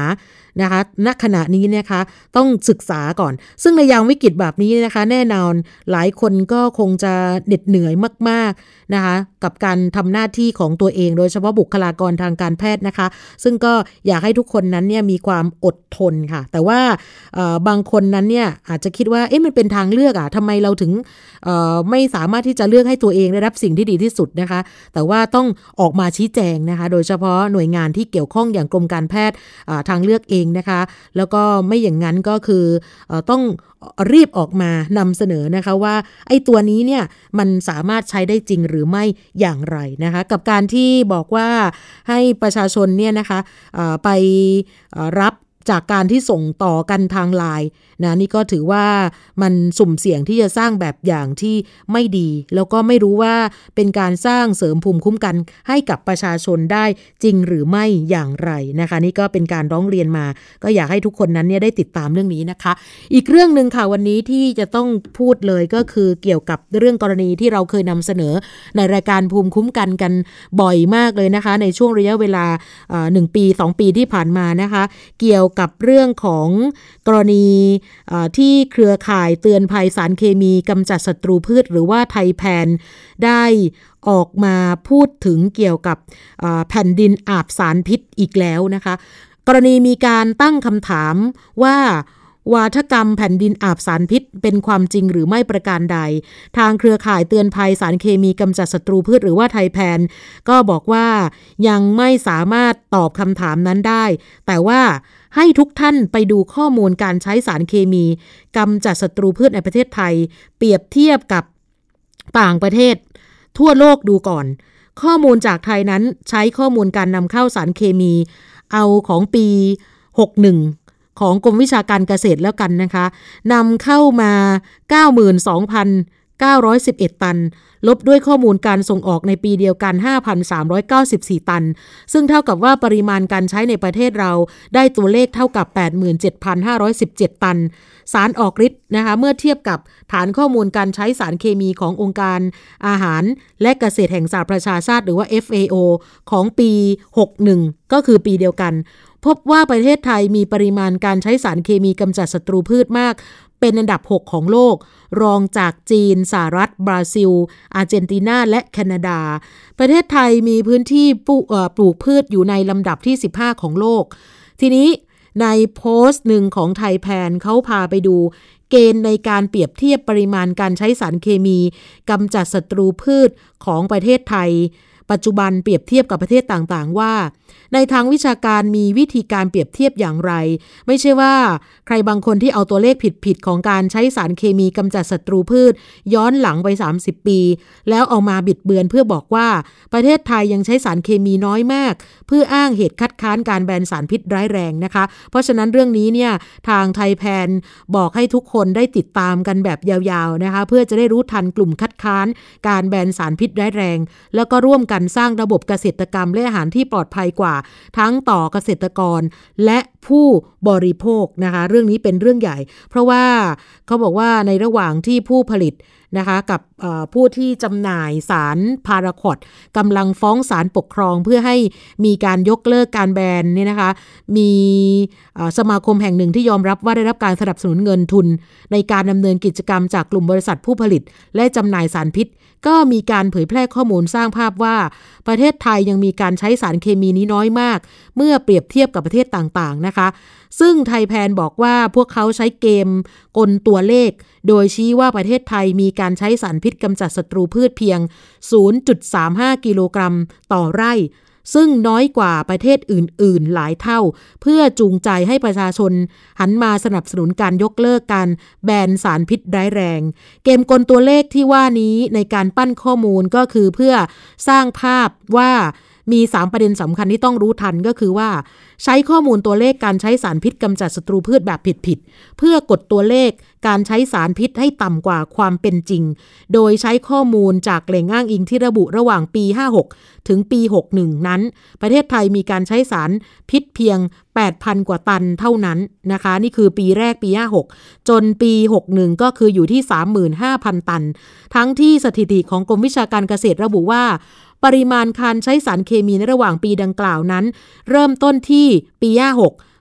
นะคะณขณะนี้นะคะต้องศึกษาก่อนซึ่งในยามวิกฤตแบบนี้นะคะแน่นอนหลายคนก็คงจะเหน็ดเหนื่อยมากๆนะคะกับการทำหน้าที่ของตัวเองโดยเฉพาะบุคลากรทางการแพทย์นะคะซึ่งก็อยากให้ทุกคนนั้นเนี่ยมีความอดทนค่ะแต่ว่าบางคนนั้นเนี่ยอาจจะคิดว่าเอ๊ะมันเป็นทางเลือกอ่ะทำไมเราถึงไม่สามารถที่จะเลือกให้ตัวเองได้รับสิ่งที่ดีที่สุดนะคะแต่ว่าต้องออกมาชี้แจงนะคะโดยเฉพาะหน่วยงานที่เกี่ยวข้องอย่างกรมการแพทย์ทางเลือกเองนะคะแล้วก็ไม่อย่างนั้นก็คือต้องรีบออกมานำเสนอนะคะว่าไอ้ตัวนี้เนี่ยมันสามารถใช้ได้จริงหรือไม่อย่างไรนะคะกับการที่บอกว่าให้ประชาชนเนี่ยนะคะไปรับจากการที่ส่งต่อกันทางไลน์นะนี่ก็ถือว่ามันสุ่มเสี่ยงที่จะสร้างแบบอย่างที่ไม่ดีแล้วก็ไม่รู้ว่าเป็นการสร้างเสริมภูมิคุ้มกันให้กับประชาชนได้จริงหรือไม่อย่างไรนะคะนี่ก็เป็นการร้องเรียนมาก็อยากให้ทุกคนนั้นเนี่ยได้ติดตามเรื่องนี้นะคะอีกเรื่องนึงค่ะวันนี้ที่จะต้องพูดเลยก็คือเกี่ยวกับเรื่องกรณีที่เราเคยนำเสนอในรายการภูมิคุ้มกันกันบ่อยมากเลยนะคะในช่วงระยะเวลาหนึ่งปีสองปีที่ผ่านมานะคะเกี่ยวกับเรื่องของกรณีที่เครือข่ายเตือนภัยสารเคมีกำจัดศัตรูพืชหรือว่าไทยแพนได้ออกมาพูดถึงเกี่ยวกับแผ่นดินอาบสารพิษอีกแล้วนะคะกรณีมีการตั้งคำถามว่าวาทกรรมแผ่นดินอาบสารพิษเป็นความจริงหรือไม่ประการใดทางเครือข่ายเตือนภัยสารเคมีกำจัดศัตรูพืชหรือว่าไทยแพนก็บอกว่ายังไม่สามารถตอบคำถามนั้นได้แต่ว่าให้ทุกท่านไปดูข้อมูลการใช้สารเคมีกำจัดศัตรูพืชในประเทศไทยเปรียบเทียบกับต่างประเทศทั่วโลกดูก่อนข้อมูลจากไทยนั้นใช้ข้อมูลการนำเข้าสารเคมีเอาของปีหกสิบเอ็ดของกรมวิชาการเกษตรแล้วกันนะคะนำเข้ามา เก้าหมื่นสองพันเก้าร้อยสิบเอ็ด ตันลบด้วยข้อมูลการส่งออกในปีเดียวกัน ห้าพันสามร้อยเก้าสิบสี่ ตันซึ่งเท่ากับว่าปริมาณการใช้ในประเทศเราได้ตัวเลขเท่ากับ แปดหมื่นเจ็ดพันห้าร้อยสิบเจ็ด ตันสารออกฤทธิ์นะคะเมื่อเทียบกับฐานข้อมูลการใช้สารเคมีขององค์การอาหารและเกษตรแห่งสหประชาชาติหรือว่า เอฟ เอ โอ ของปีหกสิบเอ็ดก็คือปีเดียวกันพบว่าประเทศไทยมีปริมาณการใช้สารเคมีกำจัดศัตรูพืชมากเป็นอันดับหกของโลกรองจากจีนสหรัฐบราซิลอาร์เจนตินาและแคนาดาประเทศไทยมีพื้นที่ปลูกพืชอยู่ในลำดับที่สิบห้าของโลกทีนี้ในโพสต์หนึ่งของไทยแพนเขาพาไปดูเกณฑ์ในการเปรียบเทียบปริมาณการใช้สารเคมีกำจัดศัตรูพืชของประเทศไทยปัจจุบันเปรียบเทียบกับประเทศต่างๆว่าในทางวิชาการมีวิธีการเปรียบเทียบอย่างไรไม่ใช่ว่าใครบางคนที่เอาตัวเลขผิดๆของการใช้สารเคมีกำจัดศัตรูพืชย้อนหลังไปสามสิบปีแล้วเอามาบิดเบือนเพื่อบอกว่าประเทศไทยยังใช้สารเคมีน้อยมากเพื่ออ้างเหตุคัดค้านการแบนสารพิษร้ายแรงนะคะเพราะฉะนั้นเรื่องนี้เนี่ยทางไทยแพนบอกให้ทุกคนได้ติดตามกันแบบยาวๆนะคะเพื่อจะได้รู้ทันกลุ่มคัดค้านการแบนสารพิษร้ายแรงแล้วก็ร่วมกันสร้างระบบเกษตรกรรมและอาหารที่ปลอดภัยกว่าทั้งต่อเกษตรกรและผู้บริโภคนะคะเรื่องนี้เป็นเรื่องใหญ่เพราะว่าเขาบอกว่าในระหว่างที่ผู้ผลิตนะคะกับผู้ที่จำหน่ายสารพาราควอตกำลังฟ้องศาลปกครองเพื่อให้มีการยกเลิกการแบนเนี่ยนะคะมีสมาคมแห่งหนึ่งที่ยอมรับว่าได้รับการสนับสนุนเงินทุนในการดำเนินกิจกรรมจากกลุ่มบริษัทผู้ผลิตและจำหน่ายสารพิษก็มีการเผยแพร่ข้อมูลสร้างภาพว่าประเทศไทยยังมีการใช้สารเคมีนี้น้อยมากเมื่อเปรียบเทียบกับประเทศต่างๆนะคะซึ่งไทยแพนบอกว่าพวกเขาใช้เกมกลตัวเลขโดยชี้ว่าประเทศไทยมีการใช้สารพิษกำจัดศัตรูพืชเพียง ศูนย์จุดสามห้า กิโลกรัมต่อไร่ซึ่งน้อยกว่าประเทศอื่นๆหลายเท่าเพื่อจูงใจให้ประชาชนหันมาสนับสนุนการยกเลิกการแบนสารพิษร้ายแรงเกมกลตัวเลขที่ว่านี้ในการปั้นข้อมูลก็คือเพื่อสร้างภาพว่ามีสามประเด็นสำคัญที่ต้องรู้ทันก็คือว่าใช้ข้อมูลตัวเลขการใช้สารพิษกำจัดศัตรูพืชแบบผิดๆเพื่อกดตัวเลขการใช้สารพิษให้ต่ำกว่าความเป็นจริงโดยใช้ข้อมูลจากแหล่งอ้างอิงที่ระบุระหว่างปีห้าสิบหกถึงปีหกสิบเอ็ดนั้นประเทศไทยมีการใช้สารพิษเพียง แปดพัน กว่าตันเท่านั้นนะคะนี่คือปีแรกปีห้าสิบหกจนปีหกสิบเอ็ดก็คืออยู่ที่ สามหมื่นห้าพัน ตันทั้งที่สถิติของกรมวิชาการเกษตรระบุว่าปริมาณการใช้สารเคมีในระหว่างปีดังกล่าวนั้นเริ่มต้นที่ปีห้าสิบหก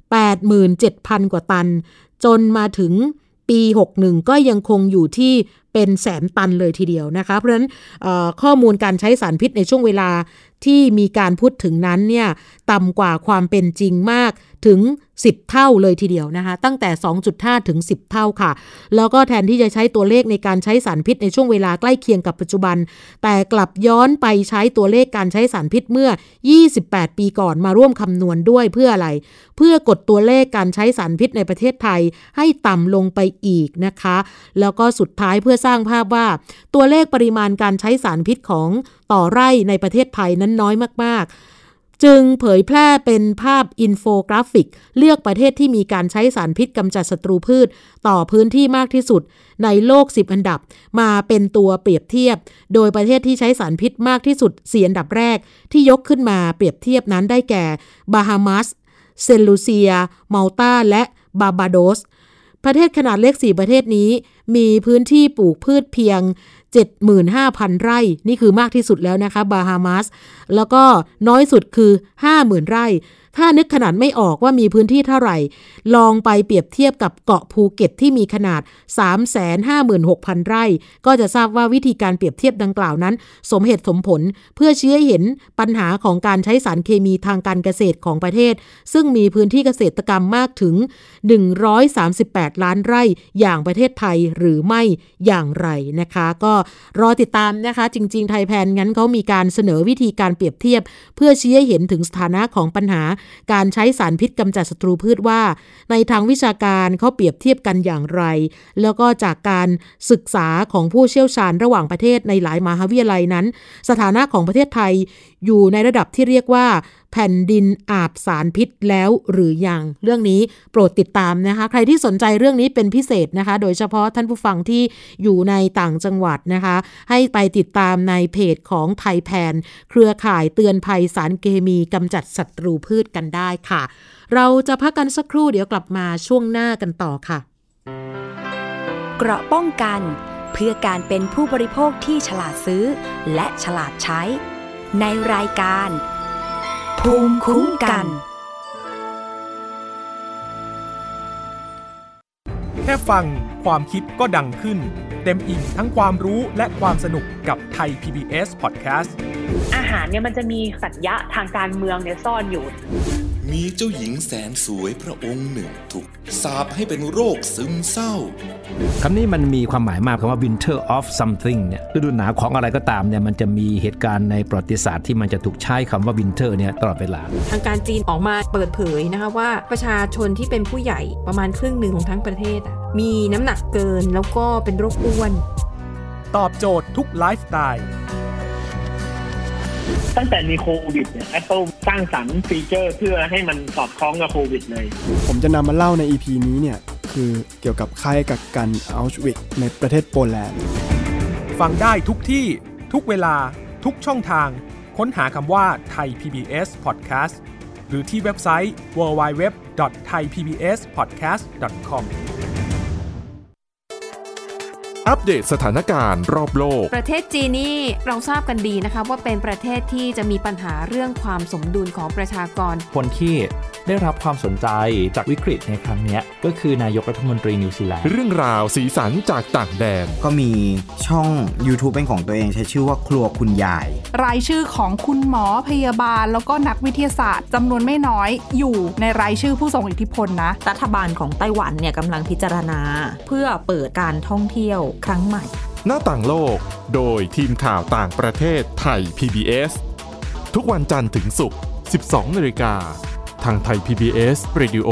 แปดหมื่นเจ็ดพัน กว่าตันจนมาถึงปีหกสิบเอ็ดก็ยังคงอยู่ที่เป็นแสนตันเลยทีเดียวนะคะเพราะฉะนั้นข้อมูลการใช้สารพิษในช่วงเวลาที่มีการพูดถึงนั้นเนี่ยต่ำกว่าความเป็นจริงมากถึงสิบเท่าเลยทีเดียวนะคะตั้งแต่ สองจุดห้า ถึงสิบเท่าค่ะแล้วก็แทนที่จะใช้ตัวเลขในการใช้สารพิษในช่วงเวลาใกล้เคียงกับปัจจุบันแต่กลับย้อนไปใช้ตัวเลขการใช้สารพิษเมื่อยี่สิบแปดปีก่อนมาร่วมคำนวณด้วยเพื่ออะไรเพื่อกดตัวเลขการใช้สารพิษในประเทศไทยให้ต่ำลงไปอีกนะคะแล้วก็สุดท้ายเพื่อสร้างภาพว่าตัวเลขปริมาณการใช้สารพิษของต่อไร่ในประเทศไทยนั้นน้อยมากๆจึงเผยแพร่เป็นภาพอินโฟกราฟิกเลือกประเทศที่มีการใช้สารพิษกำจัดศัตรูพืชต่อพื้นที่มากที่สุดในโลกสิบอันดับมาเป็นตัวเปรียบเทียบโดยประเทศที่ใช้สารพิษมากที่สุดสี่อันดับแรกที่ยกขึ้นมาเปรียบเทียบนั้นได้แก่บาฮามาสเซนต์ลูเซียมัลตาและบาร์บาโดสประเทศขนาดเล็กสี่ประเทศนี้มีพื้นที่ปลูกพืชเพียง เจ็ดหมื่นห้าพัน ไร่นี่คือมากที่สุดแล้วนะคะบาฮามาสแล้วก็น้อยสุดคือ ห้าหมื่น ไร่ถ้านึกขนาดไม่ออกว่ามีพื้นที่เท่าไหร่ลองไปเปรียบเทียบกับเกาะภูเก็ตที่มีขนาด สามแสนห้าหมื่นหกพัน ไร่ก็จะทราบว่าวิธีการเปรียบเทียบดังกล่าวนั้นสมเหตุสมผลเพื่อชี้ให้เห็นปัญหาของการใช้สารเคมีทางการเกษตรของประเทศซึ่งมีพื้นที่เกษตรกรรมมากถึงหนึ่งร้อยสามสิบแปดล้านไร่อย่างประเทศไทยหรือไม่อย่างไรนะคะก็รอติดตามนะคะจริงๆไทยแพนงั้นเขามีการเสนอวิธีการเปรียบเทียบเพื่อชี้ให้เห็นถึงสถานะของปัญหาการใช้สารพิษกำจัดศัตรูพืชว่าในทางวิชาการเขาเปรียบเทียบกันอย่างไรแล้วก็จากการศึกษาของผู้เชี่ยวชาญระหว่างประเทศในหลายมหาวิทยาลัยนั้นสถานะของประเทศไทยอยู่ในระดับที่เรียกว่าแผ่นดินอาบสารพิษแล้วหรือยังเรื่องนี้โปรดติดตามนะคะใครที่สนใจเรื่องนี้เป็นพิเศษนะคะโดยเฉพาะท่านผู้ฟังที่อยู่ในต่างจังหวัดนะคะให้ไปติดตามในเพจของไทยแพนเครือข่ายเตือนภัยสารเคมีกำจัดศัตรูพืชกันได้ค่ะเราจะพักกันสักครู่เดี๋ยวกลับมาช่วงหน้ากันต่อค่ะเกราะป้องกันเพื่อการเป็นผู้บริโภคที่ฉลาดซื้อและฉลาดใช้ในรายการภูมิคุ้มกันแค่ฟังความคิดก็ดังขึ้นเต็มอิ่มทั้งความรู้และความสนุกกับไทย พี บี เอส Podcast อาหารเนี่ยมันจะมีสัญญะทางการเมืองเนี่ยซ่อนอยู่มีเจ้าหญิงแสนสวยพระองค์หนึ่งถูกสาปให้เป็นโรคซึมเศร้าคำนี้มันมีความหมายมากคำว่า winter of something เนี่ยฤดูหนาวของอะไรก็ตามเนี่ยมันจะมีเหตุการณ์ในประวัติศาสตร์ที่มันจะถูกใช้คำว่า winter เนี่ยตลอดเวลาทางการจีนออกมาเปิดเผยนะคะว่าประชาชนที่เป็นผู้ใหญ่ประมาณครึ่งหนึ่งของทั้งประเทศมีน้ำหนักเกินแล้วก็เป็นโรคอ้วนตอบโจทย์ทุกไลฟ์สไตล์ตั้งแต่มีโควิดเนี่ย Apple สร้างสรรค์ฟีเจอร์เพื่อให้มันสอดคล้องกับโควิดเลยผมจะนำมาเล่าใน อี พี นี้เนี่ยคือเกี่ยวกับค่ายกักกันอัลชวิกในประเทศโปแลนด์ฟังได้ทุกที่ทุกเวลาทุกช่องทางค้นหาคำว่าไทย พี บี เอส Podcast หรือที่เว็บไซต์ ดับเบิลยู ดับเบิลยู ดับเบิลยู ดอท ไทย พี บี เอส พอดแคสต์ ดอท คอมอัปเดตสถานการณ์รอบโลกประเทศจีนนี่เราทราบกันดีนะคะว่าเป็นประเทศที่จะมีปัญหาเรื่องความสมดุลของประชากรคนที่ได้รับความสนใจจากวิกฤตในครั้งนี้ก็คือนายกรัฐมนตรีนิวซีแลนด์เรื่องราวสีสันจากต่างแดนก็มีช่อง YouTube เป็นของตัวเองใช้ชื่อว่าครัวคุณยายรายชื่อของคุณหมอพยาบาลแล้วก็นักวิทยาศาสตร์จำนวนไม่น้อยอยู่ในรายชื่อผู้ทรงอิทธิพลนะรัฐบาลของไต้หวันเนี่ยกำลังพิจารณาเพื่อเปิดการท่องเที่ยวครั้งใหม่หน้าต่างโลกโดยทีมข่าวต่างประเทศไทย พี บี เอส ทุกวันจันทร์ถึงศุกร์ สิบสองนาฬิกาทางไทย พี บี เอส Radio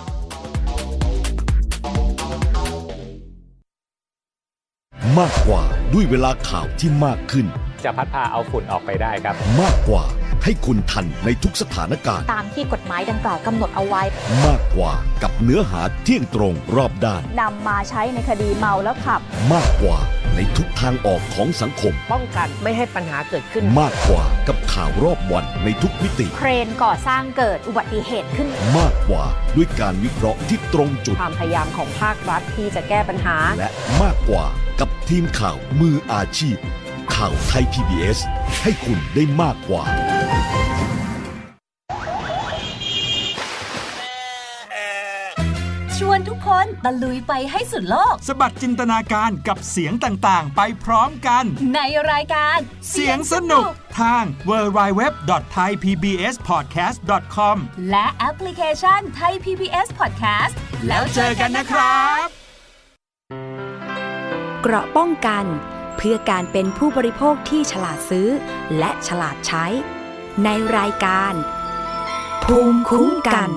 มากกว่าด้วยเวลาข่าวที่มากขึ้นจะพัดพาเอาฝุ่นออกไปได้ครับมากกว่าให้คุณทันในทุกสถานการณ์ตามที่กฎหมายดังกล่าวกำหนดเอาไว้มากกว่ากับเนื้อหาเที่ยงตรงรอบด้านนำมาใช้ในคดีเมาแล้วขับมากกว่าในทุกทางออกของสังคมป้องกันไม่ให้ปัญหาเกิดขึ้นมากกว่ากับข่าวรอบวันในทุกมิติเครนก่อสร้างเกิดอุบัติเหตุขึ้นมากกว่าด้วยการวิเคราะห์ที่ตรงจุดความพยายามของภาครัฐที่จะแก้ปัญหาและมากกว่ากับทีมข่าวมืออาชีพข่าวไทย พี บี เอส ให้คุณได้มากกว่าตะลุยไปให้สุดโลกสบัดจินตนาการกับเสียงต่างๆไปพร้อมกันในรายการเสียงสนุกทาง ดับเบิลยู ดับเบิลยู ดับเบิลยู ดอท ไทย พี บี เอส พอดแคสต์ ดอท คอมและแอปพลิเคชัน Thai พี บี เอส Podcast แล้วเจอกันนะครับเกราะป้องกันเพื่อการเป็นผู้บริโภคที่ฉลาดซื้อและฉลาดใช้ในรายการภูมิคุ้มกัน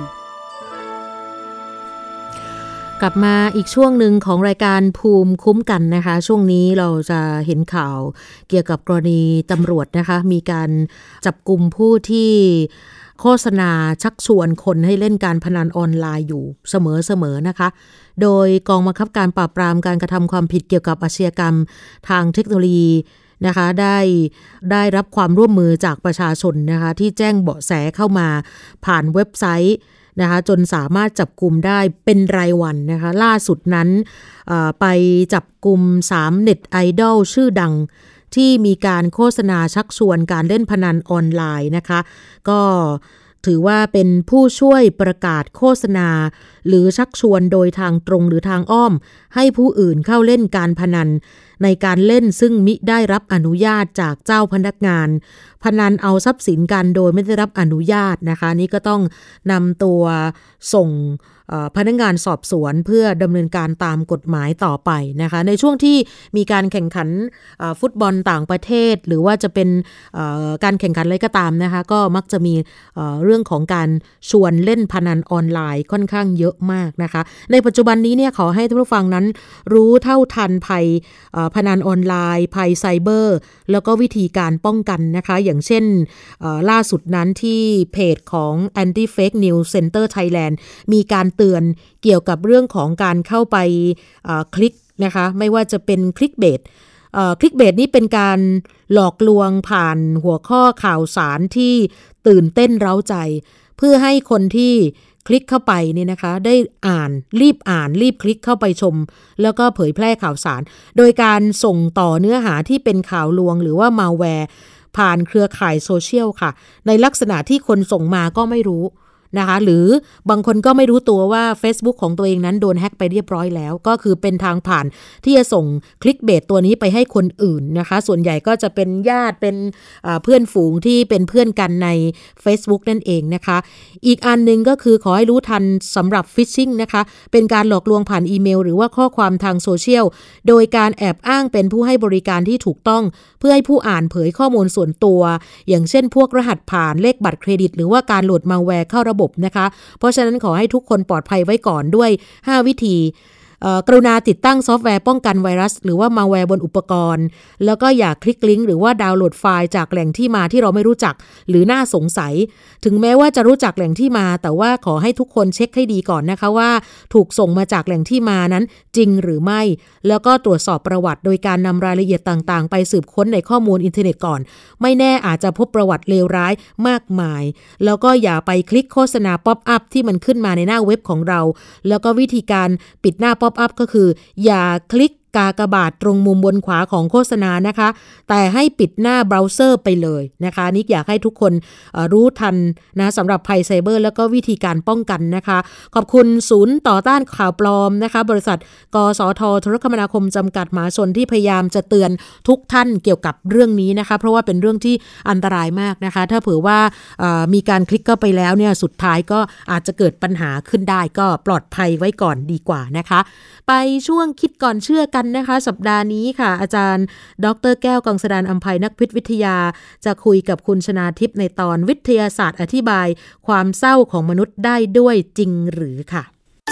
กลับมาอีกช่วงหนึ่งของรายการภูมิคุ้มกันนะคะช่วงนี้เราจะเห็นข่าวเกี่ยวกับกรณีตำรวจนะคะมีการจับกุมผู้ที่โฆษณาชักชวนคนให้เล่นการพนันออนไลน์อยู่เสมอๆนะคะโดยกองบังคับการปราบปรามการกระทำความผิดเกี่ยวกับอาชญากรรมทางเทคโนโลยีนะคะได้ได้รับความร่วมมือจากประชาชนนะคะที่แจ้งเบาะแสเข้ามาผ่านเว็บไซต์นะคะจนสามารถจับกุมได้เป็นรายวันนะคะล่าสุดนั้นไปจับกุมสามเน็ตไอดอลชื่อดังที่มีการโฆษณาชักชวนการเล่นพนันออนไลน์นะคะก็ถือว่าเป็นผู้ช่วยประกาศโฆษณาหรือชักชวนโดยทางตรงหรือทางอ้อมให้ผู้อื่นเข้าเล่นการพนันในการเล่นซึ่งมิได้รับอนุญาตจากเจ้าพนักงานพนันเอาทรัพย์สินกันโดยไม่ได้รับอนุญาตนะคะนี่ก็ต้องนำตัวส่งพนักงานสอบสวนเพื่อดำเนินการตามกฎหมายต่อไปนะคะในช่วงที่มีการแข่งขันฟุตบอลต่างประเทศหรือว่าจะเป็นการแข่งขันอะไรก็ตามนะคะก็มักจะมีเรื่องของการชวนเล่นพนันออนไลน์ค่อนข้างเยอะมากนะคะในปัจจุบันนี้เนี่ยขอให้ทุกผู้ฟังนั้นรู้เท่าทันภัยพนันออนไลน์ภัยไซเบอร์แล้วก็วิธีการป้องกันนะคะอย่างเช่นล่าสุดนั้นที่เพจของ Anti Fake News Center Thailand มีการเตือนเกี่ยวกับเรื่องของการเข้าไปคลิกนะคะไม่ว่าจะเป็นคลิกเบสคลิกเบสนี่เป็นการหลอกลวงผ่านหัวข้อข่าวสารที่ตื่นเต้นเร้าใจเพื่อให้คนที่คลิกเข้าไปเนี่ยนะคะได้อ่านรีบอ่านรีบคลิกเข้าไปชมแล้วก็เผยแพร่ข่าวสารโดยการส่งต่อเนื้อหาที่เป็นข่าวลวงหรือว่ามัลแวร์ผ่านเครือข่ายโซเชียลค่ะในลักษณะที่คนส่งมาก็ไม่รู้นะคะหรือบางคนก็ไม่รู้ตัวว่า Facebook ของตัวเองนั้นโดนแฮ็กไปเรียบร้อยแล้วก็คือเป็นทางผ่านที่จะส่งคลิกเบสตัวนี้ไปให้คนอื่นนะคะส่วนใหญ่ก็จะเป็นญาติเป็นเพื่อนฝูงที่เป็นเพื่อนกันใน Facebook นั่นเองนะคะอีกอันนึงก็คือขอให้รู้ทันสำหรับฟิชชิงนะคะเป็นการหลอกลวงผ่านอีเมลหรือว่าข้อความทางโซเชียลโดยการแอบอ้างเป็นผู้ให้บริการที่ถูกต้องเพื่อให้ผู้อ่านเผยข้อมูลส่วนตัวอย่างเช่นพวกรหัสผ่านเลขบัตรเครดิตหรือว่าการโหลดมัลแวร์เข้าระบบนะคะเพราะฉะนั้นขอให้ทุกคนปลอดภัยไว้ก่อนด้วยห้าวิธีกรุณาติดตั้งซอฟต์แวร์ป้องกันไวรัสหรือว่ามัลแวร์บนอุปกรณ์แล้วก็อย่าคลิกลิงก์หรือว่าดาวน์โหลดไฟล์จากแหล่งที่มาที่เราไม่รู้จักหรือน่าสงสัยถึงแม้ว่าจะรู้จักแหล่งที่มาแต่ว่าขอให้ทุกคนเช็คให้ดีก่อนนะคะว่าถูกส่งมาจากแหล่งที่มานั้นจริงหรือไม่แล้วก็ตรวจสอบประวัติโดยการนำรายละเอียดต่างๆไปสืบค้นในข้อมูลอินเทอร์เน็ตก่อนไม่แน่อาจจะพบประวัติเลวร้ายมากมายแล้วก็อย่าไปคลิกโฆษณาป๊อปอัพที่มันขึ้นมาในหน้าเว็บของเราแล้วก็วิธีการปิดหน้าป๊อปอัพก็คืออย่าคลิกกากบาทตรงมุมบนขวาของโฆษณานะคะแต่ให้ปิดหน้าเบราว์เซอร์ไปเลยนะคะนี่อยากให้ทุกคนรู้ทันนะสำหรับภัยไซเบอร์แล้วก็วิธีการป้องกันนะคะขอบคุณศูนย์ต่อต้านข่าวปลอมนะคะบริษัทกสทโทรคมนาคมจำกัดมหาชนที่พยายามจะเตือนทุกท่านเกี่ยวกับเรื่องนี้นะคะเพราะว่าเป็นเรื่องที่อันตรายมากนะคะถ้าเผื่อว่ามีการคลิกเข้าไปแล้วเนี่ยสุดท้ายก็อาจจะเกิดปัญหาขึ้นได้ก็ปลอดภัยไว้ก่อนดีกว่านะคะไปช่วงคิดก่อนเชื่อกันนะคะสัปดาห์นี้ค่ะอาจารย์ดร.แก้วกังสดาลอำไพนักพิษวิทยาจะคุยกับคุณชนาทิพย์ในตอนวิทยาศาสตร์อธิบายความเศร้าของมนุษย์ได้ด้วยจริงหรือค่ะ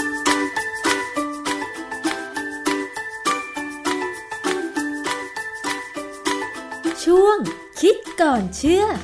ช่วงคิดก่อนเชื่อ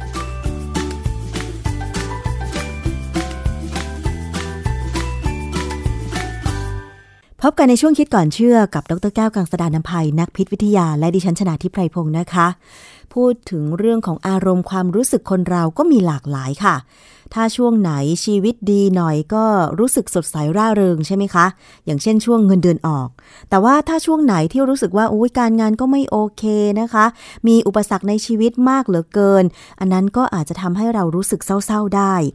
พบกันในช่วงคิดก่อนเชื่อกับดร.แก้วกังสดาลอำไพนักพิษวิทยาและดิฉันชนาทิพย์ไพรพงศ์นะคะพูดถึงเรื่องของอารมณ์ความรู้สึกคนเราก็มีหลากหลายค่ะถ้าช่วงไหนชีวิตดีหน่อยก็รู้สึกสดใสร่าเริงใช่ไหมคะอย่างเช่นช่วงเงินเดือนออกแต่ว่าถ้าช่วงไหนที่รู้สึกว่าโอ้ยการงานก็ไม่โอเคนะคะมีอุปสรรคในชีวิตมากเหลือเกินอันนั้นก็อาจจะทำให้เรารู้สึกเศร้าๆได้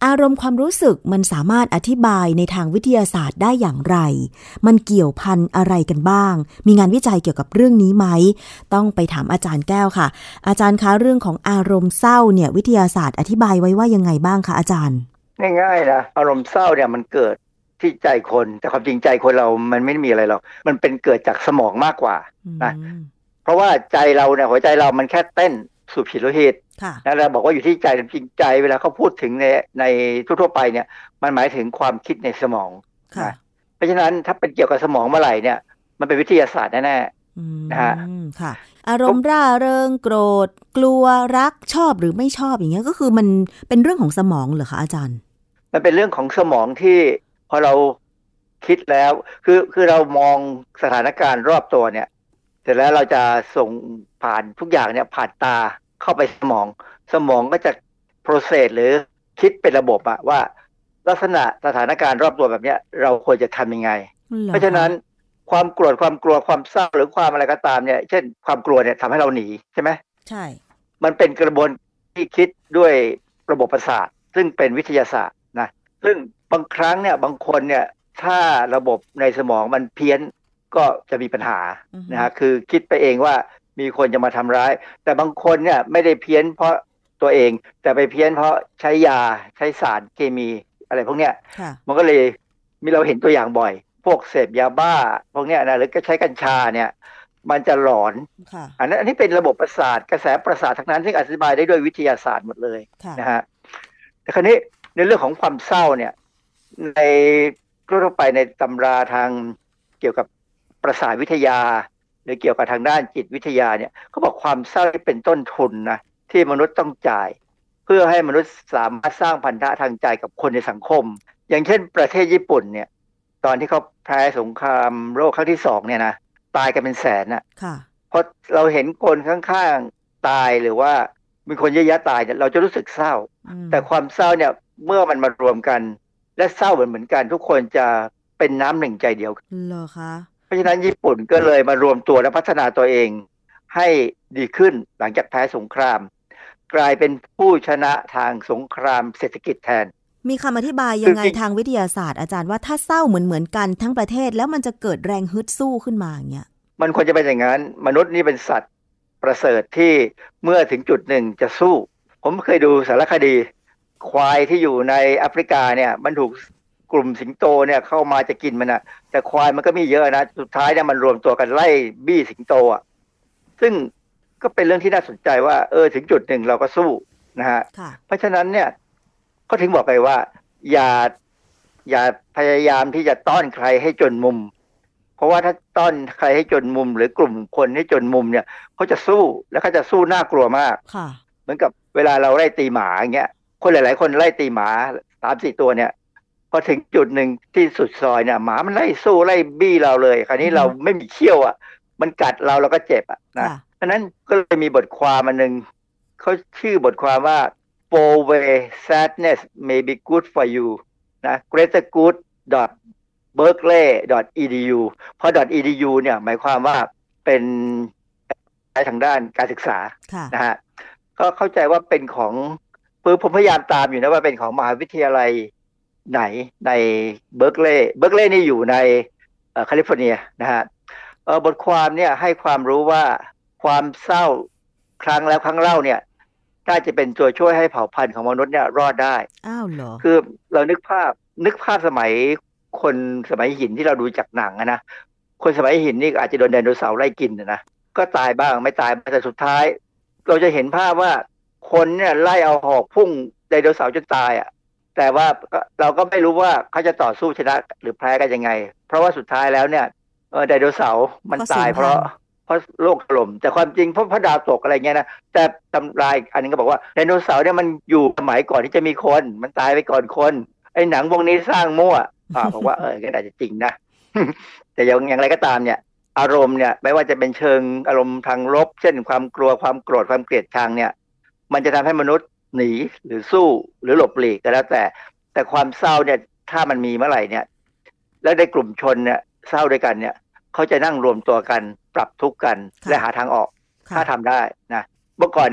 อารมณ์ความรู้สึกมันสามารถอธิบายในทางวิทยาศาสตร์ได้อย่างไรมันเกี่ยวพันอะไรกันบ้างมีงานวิจัยเกี่ยวกับเรื่องนี้ไหมต้องไปถามอาจารย์แก้วค่ะอาจารย์คะเรื่องของอารมณ์เศร้าเนี่ยวิทยาศาสตร์อธิบายไว้ว่ายังไงบ้างคะอาจารย์ง่ายๆนะอารมณ์เศร้าเนี่ยมันเกิดที่ใจคนแต่ความจริงใจคนเรามันไม่มีอะไรหรอกมันเป็นเกิดจากสมองมากกว่านะเพราะว่าใจเราเนี่ยหัวใจเรามันแค่เต้นสูบฉีดโลหิตนะเราบอกว่าอยู่ที่ใจจริงใจเวลาเขาพูดถึงในในทั่วๆไปเนี่ยมันหมายถึงความคิดในสมองนะเพราะฉะนั้นถ้าเป็นเกี่ยวกับสมองเมื่อไหร่เนี่ยมันเป็นวิทยาศาสตร์แน่ๆนะฮะค่ะอารมณ์ร่าเริงโกรธกลัวรักชอบหรือไม่ชอบอย่างเงี้ยก็คือมันเป็นเรื่องของสมองเหรอคะอาจารย์มันเป็นเรื่องของสมองที่พอเราคิดแล้วคือคือเรามองสถานการณ์รอบตัวเนี่ยเสร็จแล้วเราจะส่งผ่านทุกอย่างเนี่ยผ่านตาเข้าไปสมองสมองก็จะ process หรือคิดเป็นระบบอะว่าลักษณะสถานการณ์รอบตัวแบบนี้เราควรจะทำยังไงเพราะฉะนั้นความโกรธความกลัวความเศร้าหรือความอะไรก็ตามเนี่ยเช่นความกลัวเนี่ยทำให้เราหนีใช่ไหมใช่มันเป็นกระบวนที่คิดด้วยระบบประสาทซึ่งเป็นวิทยาศาสตร์นะซึ่งบางครั้งเนี่ยบางคนเนี่ยถ้าระบบในสมองมันเพี้ยนก็จะมีปัญหา uh-huh. นะฮะคือคิดไปเองว่ามีคนจะมาทำร้ายแต่บางคนเนี่ยไม่ได้เพี้ยนเพราะตัวเองแต่ไปเพี้ยนเพราะใช้ยาใช้สารเคมีอะไรพวกเนี้ย uh-huh. มันก็เลยมีเราเห็นตัวอย่างบ่อยพวกเสพยาบ้าพวกเนี้ยนะหรือก็ใช้กัญชาเนี่ยมันจะหลอน uh-huh. อันนั้นอันนี้เป็นระบบประสาทกระแสประสาททั้งนั้นซึ่งอธิบายได้ด้วยวิทยาศาสตร์หมดเลย uh-huh. นะฮะแต่คราวนี้ในเรื่องของความเศร้าเนี่ยในทั่วไปในตำราทางเกี่ยวกับประสาทวิทยาหรือเกี่ยวกับทางด้านจิตวิทยาเนี่ยเขาบอกความเศร้าเป็นต้นทุนนะที่มนุษย์ต้องจ่ายเพื่อให้มนุษย์สามารถสร้างพันธะทางใจกับคนในสังคมอย่างเช่นประเทศญี่ปุ่นเนี่ยตอนที่เขาแพ้สงครามโลกครั้งที่สองเนี่ยนะตายกันเป็นแสนน่ะเพราะเราเห็นคนข้างๆตายหรือว่ามีคนเยอะแยะตายเนี่ยเราจะรู้สึกเศร้าแต่ความเศร้าเนี่ยเมื่อมันมารวมกันและเศร้าเหมือนเหมือนกันทุกคนจะเป็นน้ำหนึ่งใจเดียวกันเหรอคะเพราะฉะนั้นญี่ปุ่นก็เลยมารวมตัวและพัฒนาตัวเองให้ดีขึ้นหลังจากแพ้สงครามกลายเป็นผู้ชนะทางสงครามเศรษฐกิจแทนมีคำอธิบายยังไงทางวิทยาศาสตร์อาจารย์ว่าถ้าเศร้าเหมือนเหมือนกันทั้งประเทศแล้วมันจะเกิดแรงฮึดสู้ขึ้นมาอย่างเงี้ยมันควรจะเป็นอย่างนั้นมนุษย์นี่เป็นสัตว์ประเสริฐที่เมื่อถึงจุดหนึ่งจะสู้ผมเคยดูสารคดีควายที่อยู่ในแอฟริกาเนี่ยมันถูกกลุ่มสิงโตเนี่ยเข้ามาจะกินมันนะแต่ควายมันก็มีเยอะนะสุดท้ายเนี่ยมันรวมตัวกันไล่บี้สิงโตอ่ะซึ่งก็เป็นเรื่องที่น่าสนใจว่าเออถึงจุดหนึ่งเราก็สู้นะฮะเพราะฉะนั้นเนี่ยก็ถึงบอกไปว่าอย่าอย่าพยายามที่จะต้อนใครให้จนมุมเพราะว่าถ้าต้อนใครให้จนมุมหรือกลุ่มคนให้จนมุมเนี่ยเขาจะสู้แล้วเขาจะสู้น่ากลัวมากเหมือนกับเวลาเราไล่ตีหมาอย่างเงี้ยคนหลายๆคนไล่ตีหมาสามสี่ตัวเนี่ยพอถึงจุดหนึ่งที่สุดซอยเนี่ยหมามันไล่สู้ไล่บี้เราเลยคราวนี้เราไม่มีเขี้ยวอ่ะมันกัดเราเราก็เจ็บอ่ะนะเพราะนั้นก็เลยมีบทความอันนึงเขาชื่อบทความว่า four way sadness may be good for you นะ greater good berkeley edu เพราะ .edu เนี่ยหมายความว่าเป็นทางด้านการศึกษานะฮะก็เข้าใจว่าเป็นของคือผมพยายามตามอยู่นะว่าเป็นของมหาวิทยาลัยไหนในเบิร์กลีย์เบิร์กลีย์นี่อยู่ในแคลิฟอร์เนียนะฮะบทความเนี่ยให้ความรู้ว่าความเศร้าครั้งแล้วครั้งเล่าเนี่ยน่าจะเป็นตัวช่วยให้เผ่าพันธุ์ของมนุษย์เนี่ยรอดได้อ้าวเหรอคือเรานึกภาพนึกภาพสมัยคนสมัยหินที่เราดูจากหนังนะคนสมัยหินนี่อาจจะโดนไดโนเสาร์ไล่กินนะก็ตายบ้างไม่ตายแต่สุดท้ายเราจะเห็นภาพว่าคนเนี่ยไล่เอาหอกพุ่งไดโนเสาร์จนตายอ่ะแต่ว่าเราก็ไม่รู้ว่าเขาจะต่อสู้ชนะหรือแพ้กันยังไงเพราะว่าสุดท้ายแล้วเนี่ยไดโนเสาร์มันตายเพราะเพราะโลกถล่มแต่ความจริงเพราะพระดาวตกอะไรเงี้ยนะแต่ตำรายอันนึงก็บอกว่าไดโนเสาร์เนี่ยมันอยู่สมัยก่อนที่จะมีคนมันตายไปก่อนคนไอ้หนังวงนี้สร้างมั่วอ่าบอกว่าเออก็อาจจะจริงนะ แต่อย่างอย่างไรก็ตามเนี่ยอารมณ์เนี่ยไม่ว่าจะเป็นเชิงอารมณ์ทางลบเช่นความกลัวความโกรธความเกลียดชังเนี่ยมันจะทำให้มนุษย์หนีหรือสู้หรือหลบหลีกก็แล้วแต่แต่ความเศร้าเนี่ยถ้ามันมีเมื่อไหร่เนี่ยแล้วในกลุ่มชนเนี่ยเศร้าด้วยกันเนี่ยเขาจะนั่งรวมตัวกันปรับทุกข์กันและหาทางออกถ้าทำได้นะเมื่อก่อนนี้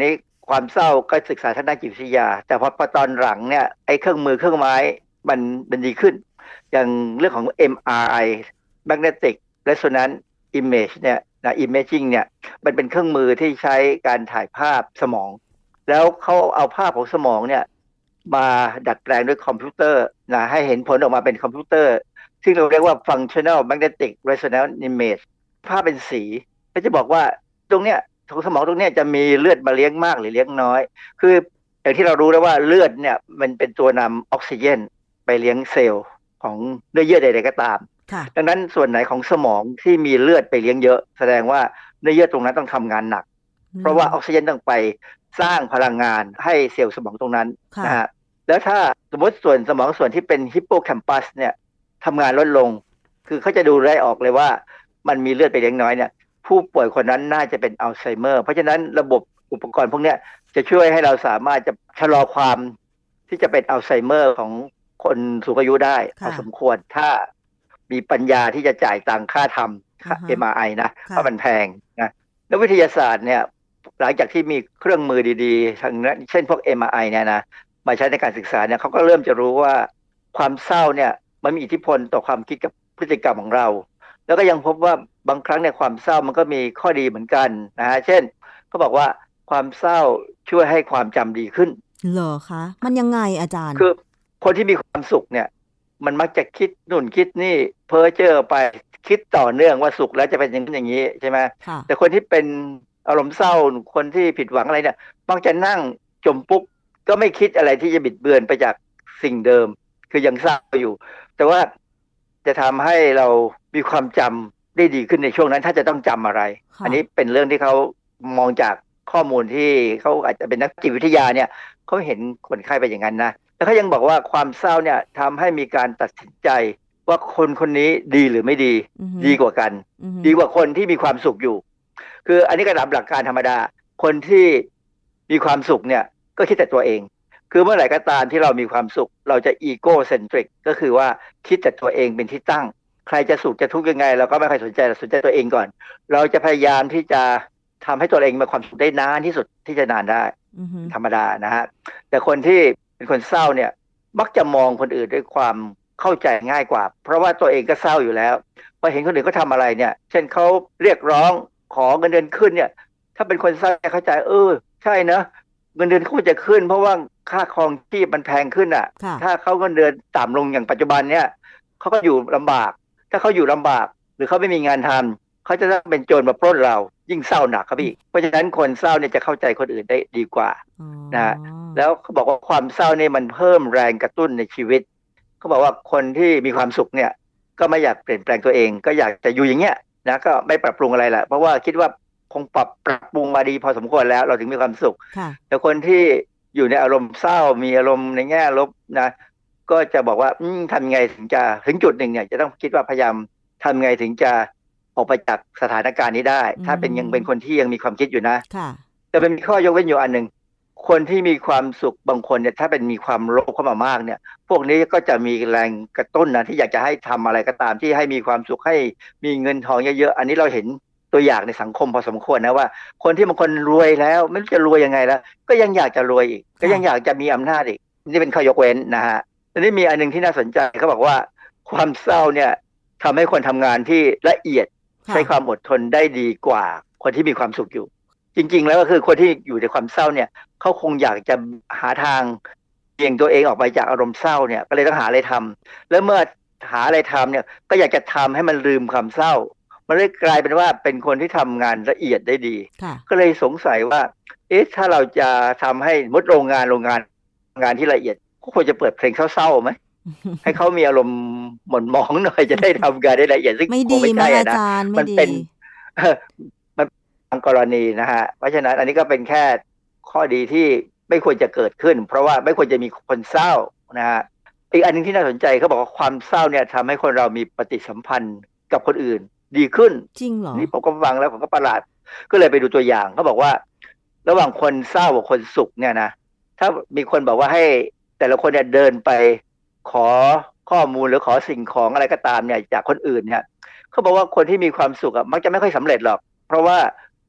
ความเศร้าก็ศึกษาทางด้านจิตวิทยาแต่พอตอนหลังเนี่ยไอ้เครื่องมือเครื่องไม้มันมันดีขึ้นอย่างเรื่องของ เอ็ม อาร์ ไอ Magnetic Resonance Image เนี่ยนะ Imaging เนี่ยมันเป็นเครื่องมือที่ใช้การถ่ายภาพสมองแล้วเขาเอาภาพของสมองเนี่ยมาดัดแปลงด้วยคอมพิวเตอร์นะให้เห็นผลออกมาเป็นคอมพิวเตอร์ซึ่งเราเรียกว่า Functional Magnetic Resonance Image ภาพเป็นสีก็จะบอกว่าตรงเนี้ยของสมองตรงเนี้ยจะมีเลือดมาเลี้ยงมากหรือเลี้ยงน้อยคืออย่างที่เรารู้แล้วว่าเลือดเนี่ยมันเป็นตัวนำออกซิเจนไปเลี้ยงเซลล์ของเนื้อเยื่อใดๆก็ตามดังนั้นส่วนไหนของสมองที่มีเลือดไปเลี้ยงเยอะแสดงว่าเนื้อเยื่อตรงนั้นต้องทำงานหนักเพราะว่าออกซิเจนต้องไปสร้างพลังงานให้เซลล์สมองตรงนั้นนะฮะแล้วถ้าสมมติส่วนสมองส่วนที่เป็นฮิปโปแคมปัสเนี่ยทำงานลดลงคือเขาจะดูได้ออกเลยว่ามันมีเลือดไปเลี้ยงน้อยเนี่ยผู้ป่วยคนนั้นน่าจะเป็นอัลไซเมอร์เพราะฉะนั้นระบบอุปกรณ์พวกนี้จะช่วยให้เราสามารถจะชะลอความที่จะเป็นอัลไซเมอร์ของคนสูงอายุได้พอสมควรถ้ามีปัญญาที่จะจ่ายตังค่าทำค่า เอ็ม อาร์ ไอ นะเพราะมันแพงนะนักวิทยาศาสตร์เนี่ยหลังจากที่มีเครื่องมือดีๆทางนั้นเช่นพวก เอ็ม อาร์ ไอ เนี่ยนะมาใช้ในการศึกษาเนี่ยเขาก็เริ่มจะรู้ว่าความเศร้าเนี่ยมันมีอิทธิพลต่อความคิดกับพฤติกรรมของเราแล้วก็ยังพบว่าบางครั้งในความเศร้ามันก็มีข้อดีเหมือนกันนะฮะเช่นเขาบอกว่าความเศร้าช่วยให้ความจำดีขึ้นเหรอคะมันยังไงอาจารย์คือคนที่มีความสุขเนี่ยมันมักจะคิดนู่นคิดนี่เพ้อเจ้อไปคิดต่อเนื่องว่าสุขแล้วจะเป็นอย่างนี้อย่างนี้ใช่ไหมแต่คนที่เป็นอารมณ์เศร้าคนที่ผิดหวังอะไรเนี่ยมักจะนั่งจมปุ๊กก็ไม่คิดอะไรที่จะบิดเบือนไปจากสิ่งเดิมคือยังเศร้าอยู่แต่ว่าจะทำให้เรามีความจำได้ดีขึ้นในช่วงนั้นถ้าจะต้องจำอะไรอันนี้เป็นเรื่องที่เขามองจากข้อมูลที่เขาอาจจะเป็นนักจิตวิทยาเนี่ยเขาเห็นคนไข้ไปอย่างนั้นนะแล้วเขายังบอกว่าความเศร้าเนี่ยทำให้มีการตัดสินใจว่าคนคนนี้ดีหรือไม่ดี mm-hmm. ดีกว่ากัน mm-hmm. ดีกว่าคนที่มีความสุขอยู่คืออันนี้ก็ตามหลักการธรรมดาคนที่มีความสุขเนี่ยก็คิดแต่ตัวเองคือเมื่อไหร่ก็ตามที่เรามีความสุขเราจะอีโก้เซนทริกก็คือว่าคิดแต่ตัวเองเป็นที่ตั้งใครจะสุขจะทุกข์ยังไงเราก็ไม่ค่อยสนใจเราสนใจตัวเองก่อนเราจะพยายามที่จะทำให้ตัวเองมีความสุขได้นานที่สุดที่จะนานได้ mm-hmm. ธรรมดานะฮะแต่คนที่เป็นคนเศร้าเนี่ยมักจะมองคนอื่นด้วยความเข้าใจง่ายกว่าเพราะว่าตัวเองก็เศร้าอยู่แล้วพอเห็นคนอื่นเขาทำอะไรเนี่ยเช่นเขาเรียกร้องขอเงินเดือนขึ้นเนี่ยถ้าเป็นคนเศร้าเข้าใจเออใช่นะเงินเดือนเขาจะขึ้นเพราะว่าค่าครองชีพมันแพงขึ้นอ่ะถ้าเขาเงินเดือนต่ำลงอย่างปัจจุบันเนี่ยเขาก็อยู่ลำบากถ้าเขาอยู่ลำบากหรือเขาไม่มีงานทำเขาจะต้องเป็นโจรมาปล้นเรายิ่งเศร้าหนักครับพี่เพราะฉะนั้นคนเศร้าเนี่ยจะเข้าใจคนอื่นได้ดีกว่านะแล้วเขาบอกว่าความเศร้าเนี่ยมันเพิ่มแรงกระตุ้นในชีวิตเขาบอกว่าคนที่มีความสุขเนี่ยก็ไม่อยากเปลี่ยนแปลงตัวเองก็อยากจะอยู่อย่างเงี้ยนะก็ไม่ปรับปรุงอะไรแหละเพราะว่าคิดว่าคงปรับปรับปรุงมาดีพอสมควรแล้วเราถึงมีความสุขแต่คนที่อยู่ในอารมณ์เศร้ามีอารมณ์ในแง่ลบนะก็จะบอกว่าทำไงถึงจะถึงจุดหนึ่งเนี่ยจะต้องคิดว่าพยายามทำไงถึงจะออกไปจากสถานการณ์นี้ได้ถ้าเป็นยังเป็นคนที่ยังมีความคิดอยู่นะแต่เป็นมีข้อยกเว้นอยู่อันหนึ่งคนที่มีความสุขบางคนเนี่ยถ้าเป็นมีความโลภเข้ามามากเนี่ยพวกนี้ก็จะมีแรงกระตุ้นนะที่อยากจะให้ทำอะไรก็ตามที่ให้มีความสุขให้มีเงินทองเยอะๆอันนี้เราเห็นตัวอย่างในสังคมพอสมควรนะว่าคนที่บางคนรวยแล้วไม่รู้จะรวยยังไงแล้วก็ยังอยากจะรวยอีกก็ยังอยากจะมีอำนาจอีกนี่เป็นข้อยกเว้นนะฮะทีนี้มีอันนึงที่น่าสนใจเขาบอกว่าความเศร้าเนี่ยทำให้คนทำงานที่ละเอียดใช้ความอดทนได้ดีกว่าคนที่มีความสุขอยู่จริงๆแล้วก็คือคนที่อยู่ในความเศร้าเนี่ยเขาคงอยากจะหาทางเบี่ยงตัวเองออกไปจากอารมณ์เศร้าเนี่ยก็เลยต้องหาอะไรทำแล้วเมื่อหาอะไรทำเนี่ยก็อยากจะทำให้มันลืมความเศร้ามันเลยกลายเป็นว่าเป็นคนที่ทำงานละเอียดได้ดีก็เลยสงสัยว่าเอ๊ะถ้าเราจะทำให้มดโรงงานโรงงานงานที่ละเอียดก็ควรจะเปิดเพลงเศร้าๆไหม ให้เขามีอารมณ์หม่นหมองหน่อยจะได้ทำงานได้ละเอียดซึ่งไม่ดีไม่ใช่นะมันเป็นมันบางกรณีนะฮะเพราะฉะนั้นอันนี้ก็เป็นแค่ข้อดีที่ไม่ควรจะเกิดขึ้นเพราะว่าไม่ควรจะมีคนเศร้านะฮะอีกอันนึงที่น่าสนใจเขาบอกว่าความเศร้าเนี่ยทำให้คนเรามีปฏิสัมพันธ์กับคนอื่นดีขึ้นจริงเหรอนี่ผมก็ฟังแล้วผมก็ประหลาดก็เลยไปดูตัวอย่างเขาบอกว่าระหว่างคนเศร้ากับคนสุขเนี่ยนะถ้ามีคนบอกว่าให้แต่ละคนเนี่ยเดินไปขอข้อมูลหรือขอสิ่งของอะไรก็ตามเนี่ยจากคนอื่นเนี่ยเขาบอกว่าคนที่มีความสุขอ่ะมักจะไม่ค่อยสำเร็จหรอกเพราะว่า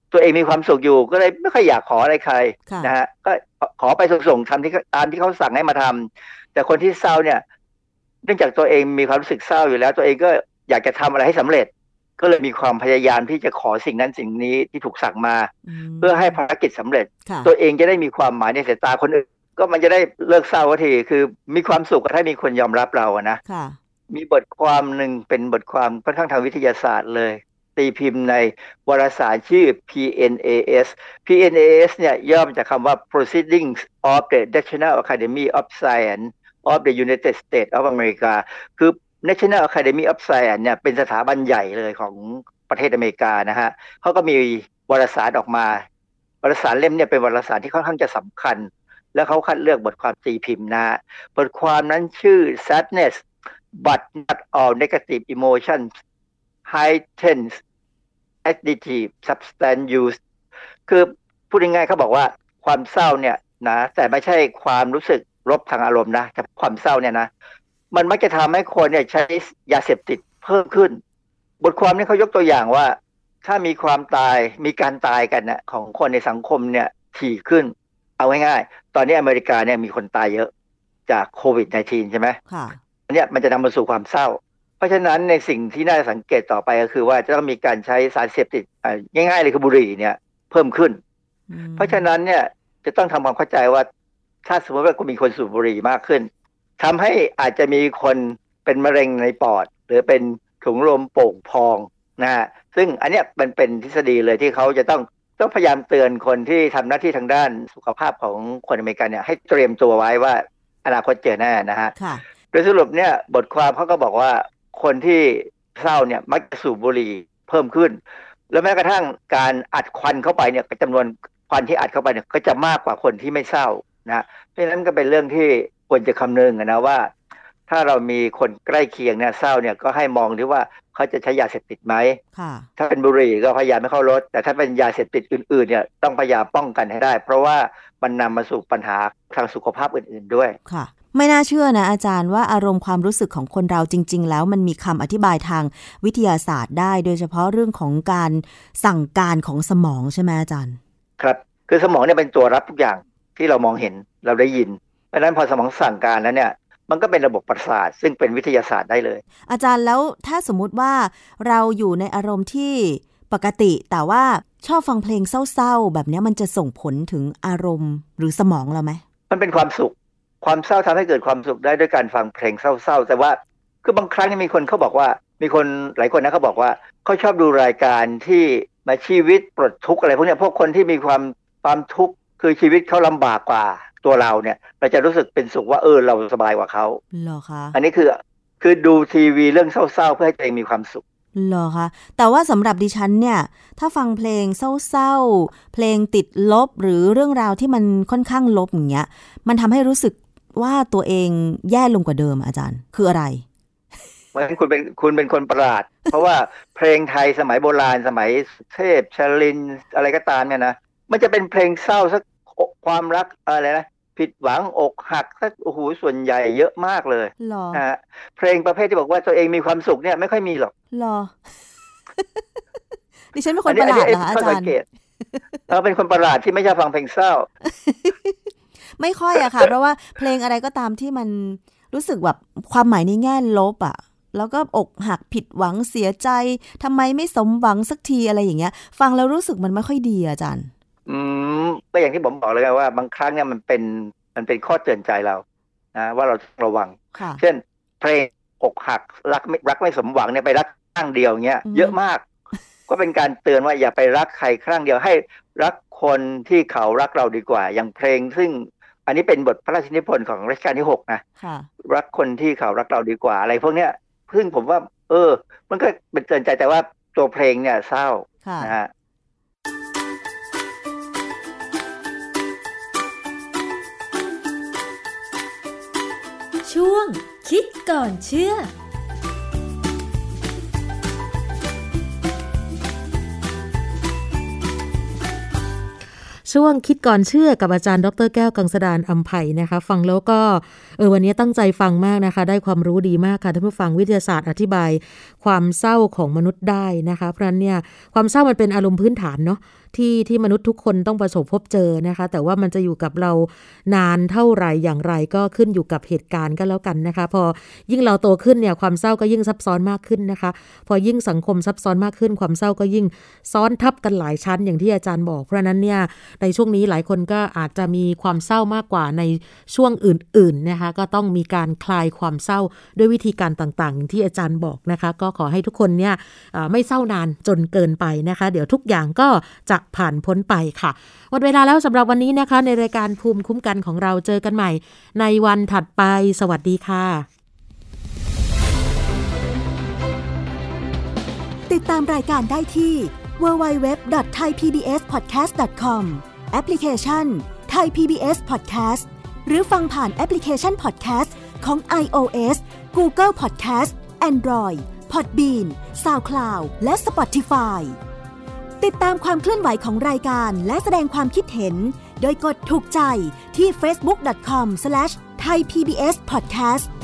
ตัวเองมีความสุขอยู่ก็เลยไม่ค่อยอยากขออะไรใครนะฮะก็ขอไปส่งๆทำที่ตามที่เขาสั่งให้มาทำแต่คนที่เศร้าเนี่ยเนื่องจากตัวเองมีความรู้สึกเศร้าอยู่แล้วตัวเองก็อยากจะทำอะไรให้สำเร็จก็เลยมีความพยายามที่จะขอสิ่งนั้นสิ่งนี้ที่ถูกสั่งมาเพื่อให้ภารกิจสำเร็จตัวเองจะได้มีความหมายในสายตาคนอื่นก็มันจะได้เลิกเศร้าทีคือมีความสุขถ้ามีคนยอมรับเราอะนะมีบทความหนึ่งเป็นบทความค่อนข้างทางวิทยาศาสตร์เลยตีพิมพ์ในวารสารชื่อ พี เอ็น เอ เอส พี เอ็น เอ เอส เนี่ยย่อมาจากคำว่า Proceedings of the National Academy of Science of the United States of America คือ National Academy of Science เนี่ยเป็นสถาบันใหญ่เลยของประเทศอเมริกานะฮะเขาก็มีวารสารออกมาวารสารเล่มเนี่ยเป็นวารสารที่ค่อนข้างจะสำคัญแล้วเขาคัดเลือกบทความตีพิมพ์นะบทความนั้นชื่อ Sadness but not all negative emotions heightens additive substance use คือพูดง่ายๆเขาบอกว่าความเศร้าเนี่ยนะแต่ไม่ใช่ความรู้สึกลบทางอารมณ์นะแต่ความเศร้าเนี่ยนะมันมักจะทำให้คนเนี่ยใช้ยาเสพติดเพิ่มขึ้นบทความนี้เขายกตัวอย่างว่าถ้ามีความตายมีการตายกันนะของคนในสังคมเนี่ยถี่ขึ้นเอาง่ายๆตอนนี้อเมริกาเนี่ยมีคนตายเยอะจากโควิด สิบเก้า ใช่ไหมค่ะอันนี้มันจะนำมาสู่ความเศร้าเพราะฉะนั้นในสิ่งที่น่าสังเกตต่อไปก็คือว่าจะต้องมีการใช้สารเสพติดง่ายๆเลยคือบุหรี่เนี่ยเพิ่มขึ้นเพราะฉะนั้นเนี่ยจะต้องทำความเข้าใจว่าถ้าสมมติว่ามีคนสูบบุหรี่มากขึ้นทำให้อาจจะมีคนเป็นมะเร็งในปอดหรือเป็นถุงลมโป่งพองนะฮะซึ่งอันเนี้ยมันเป็นทฤษฎีเลยที่เขาจะต้องต้องพยายามเตือนคนที่ทำหน้าที่ทางด้านสุขภาพของคนอเมริกันเนี่ยให้เตรียมตัวไว้ว่าอนาคตเจอแน่นะฮะโดยสรุปเนี่ยบทความเขาก็บอกว่าคนที่เศร้าเนี่ยมักจะสูบบุหรี่เพิ่มขึ้นแล้วแม้กระทั่งการอัดควันเข้าไปเนี่ยจำนวนควันที่อัดเข้าไปเนี่ยก็จะมากกว่าคนที่ไม่เศร้านะเพราะฉะนั้นก็เป็นเรื่องที่ควรจะคำนึงนะว่าถ้าเรามีคนใกล้เคียงเนี่ยเศร้าเนี่ยก็ให้มองที่ว่าเขาจะใช้ยาเสพติดไหมถ้าเป็นบุหรี่ก็พยายามไม่เข้าลดแต่ถ้าเป็นยาเสพติดอื่นๆเนี่ยต้องพยายามป้องกันให้ได้เพราะว่ามันนำมาสู่ปัญหาทางสุขภาพอื่นๆด้วยค่ะไม่น่าเชื่อนะอาจารย์ว่าอารมณ์ความรู้สึกของคนเราจริงๆแล้วมันมีคำอธิบายทางวิทยาศาสตร์ได้โดยเฉพาะเรื่องของการสั่งการของสมองใช่ไหมอาจารย์ครับคือสมองเนี่ยเป็นตัวรับทุกอย่างที่เรามองเห็นเราได้ยินเพราะฉะนั้นพอสมองสั่งการแล้วเนี่ยมันก็เป็นระบบประสาทซึ่งเป็นวิทยาศาสตร์ได้เลยอาจารย์แล้วถ้าสมมุติว่าเราอยู่ในอารมณ์ที่ปกติแต่ว่าชอบฟังเพลงเศร้าๆแบบนี้มันจะส่งผลถึงอารมณ์หรือสมองเราไหมมันเป็นความสุขความเศร้าทำให้เกิดความสุขได้ด้วยการฟังเพลงเศร้าๆแต่ว่าคือบางครั้งมีคนเขาบอกว่ามีคนหลายคนนะเขาบอกว่าเขาชอบดูรายการที่มาชีวิตปลดทุกข์อะไรพวกนี้พวกคนที่มีความความทุกข์คือชีวิตเขาลำบากกว่าตัวเราเนี่ยเราจะรู้สึกเป็นสุขว่าเออเราสบายกว่าเขาเหรอคะอันนี้คือคือดูทีวีเรื่องเศร้าๆเพื่อให้ตัวเองมีความสุขเหรอคะแต่ว่าสำหรับดิฉันเนี่ยถ้าฟังเพลงเศร้าๆเพลงติดลบหรือเรื่องราวที่มันค่อนข้างลบอย่างเงี้ยมันทำให้รู้สึกว่าตัวเองแย่ลงกว่าเดิมอาจารย์คืออะไรเหมือนคุณเป็นคุณเป็นคนประหลาด เพราะว่าเพลงไทยสมัยโบราณสมัยเทพชลินอะไรก็ตามเนี่ยนะมันจะเป็นเพลงเศร้าสักความรักอะไรนะผิดหวังอกหักสักโอ้โหส่วนใหญ่เยอะมากเลยนะฮะเพลงประเภทที่บอกว่าตัวเองมีความสุขเนี่ยไม่ค่อยมีหรอกหรอ ดิฉันเป็นคนประหลาดเหรออาจารย์เราเป็นคนประหลาดที่ไม่ชอบฟังเพลงเศร้าไม่ค่อยอะค่ะเพราะว่าเพลงอะไรก็ตามที่มันรู้สึกแบบความหมายในแง่ลบอะแล้วก็อกหักผิดหวังเสียใจทำไมไม่สมหวังสักทีอะไรอย่างเงี้ยฟังแล้วรู้สึกมันไม่ค่อยดีอาจารย์อืมก็อย่างที่ผมบอกเลยว่าบางครั้งเนี่ยมันเป็นมันเป็นข้อเตือนใจเรานะว่าเราต้องระวังเช่นเพลงอกหักรักไม่รักไม่สมหวังเนี่ยไปรักข้างเดียวเงี้ยเยอะมากก็เป็นการเตือนว่าอย่าไปรักใครข้างเดียวให้รักคนที่เขารักเราดีกว่าอย่างเพลงซึ่งอันนี้เป็นบทพระราชนิพนธ์ของรัชกาลที่หกนะรักคนที่เขารักเราดีกว่าอะไรพวกเนี้ยซึ่งผมว่าเออมันก็เป็นเตือนใจแต่ว่าตัวเพลงเนี่ยเศร้านะฮะช่วงคิดก่อนเชื่อช่วงคิดก่อนเชื่อกับอาจารย์ดรแก้วกังสดาลอำไพนะคะฟังแล้วก็เออวันนี้ตั้งใจฟังมากนะคะได้ความรู้ดีมากค่ะท่านผู้ฟังวิทยาศาสตร์อธิบายความเศร้าของมนุษย์ได้นะคะเพราะฉะนั้นเนี่ยความเศร้ามันเป็นอารมณ์พื้นฐานเนาะที่ที่มนุษย์ทุกคนต้องประสบพบเจอนะคะแต่ว่ามันจะอยู่กับเรานานเท่าไหร่อย่างไรก็ขึ้นอยู่กับเหตุการณ์ก็แล้วกันนะคะพอยิ่งเราโตขึ้นเนี่ยความเศร้าก็ยิ่งซับซ้อนมากขึ้นนะคะพอยิ่งสังคมซับซ้อนมากขึ้นความเศร้าก็ยิ่งซ้อนทับกันหลายชั้นอย่างที่อาจารย์บอกเพราะนั้นเนี่ยในช่วงนี้หลายคนก็อาจจะมีความเศร้ามากกว่าในช่วงอื่นๆนะคะก็ต้องมีการคลายความเศร้าด้วยวิธีการต่างๆอย่างที่อาจารย์บอกนะคะก็ขอให้ทุกคนเนี่ยไม่เศร้านานจนเกินไปนะคะเดี๋ยวทุกอย่างก็จะผ่านพ้นไปค่ะหมดเวลาแล้วสำหรับวันนี้นะคะในรายการภูมิคุ้มกันของเราเจอกันใหม่ในวันถัดไปสวัสดีค่ะติดตามรายการได้ที่ ดับเบิลยู ดับเบิลยู ดับเบิลยู ดอท ไทยพีบีเอสพอดแคสต์ ดอท คอม แอปพลิเคชัน Thai พี บี เอส Podcast หรือฟังผ่านแอปพลิเคชัน Podcast ของ iOS Google Podcast Android Podbean SoundCloud และ Spotifyติดตามความเคลื่อนไหวของรายการและแสดงความคิดเห็นโดยกดถูกใจที่ เฟซบุ๊ก ดอท คอม สแลช ไทยพีบีเอสพอดแคสต์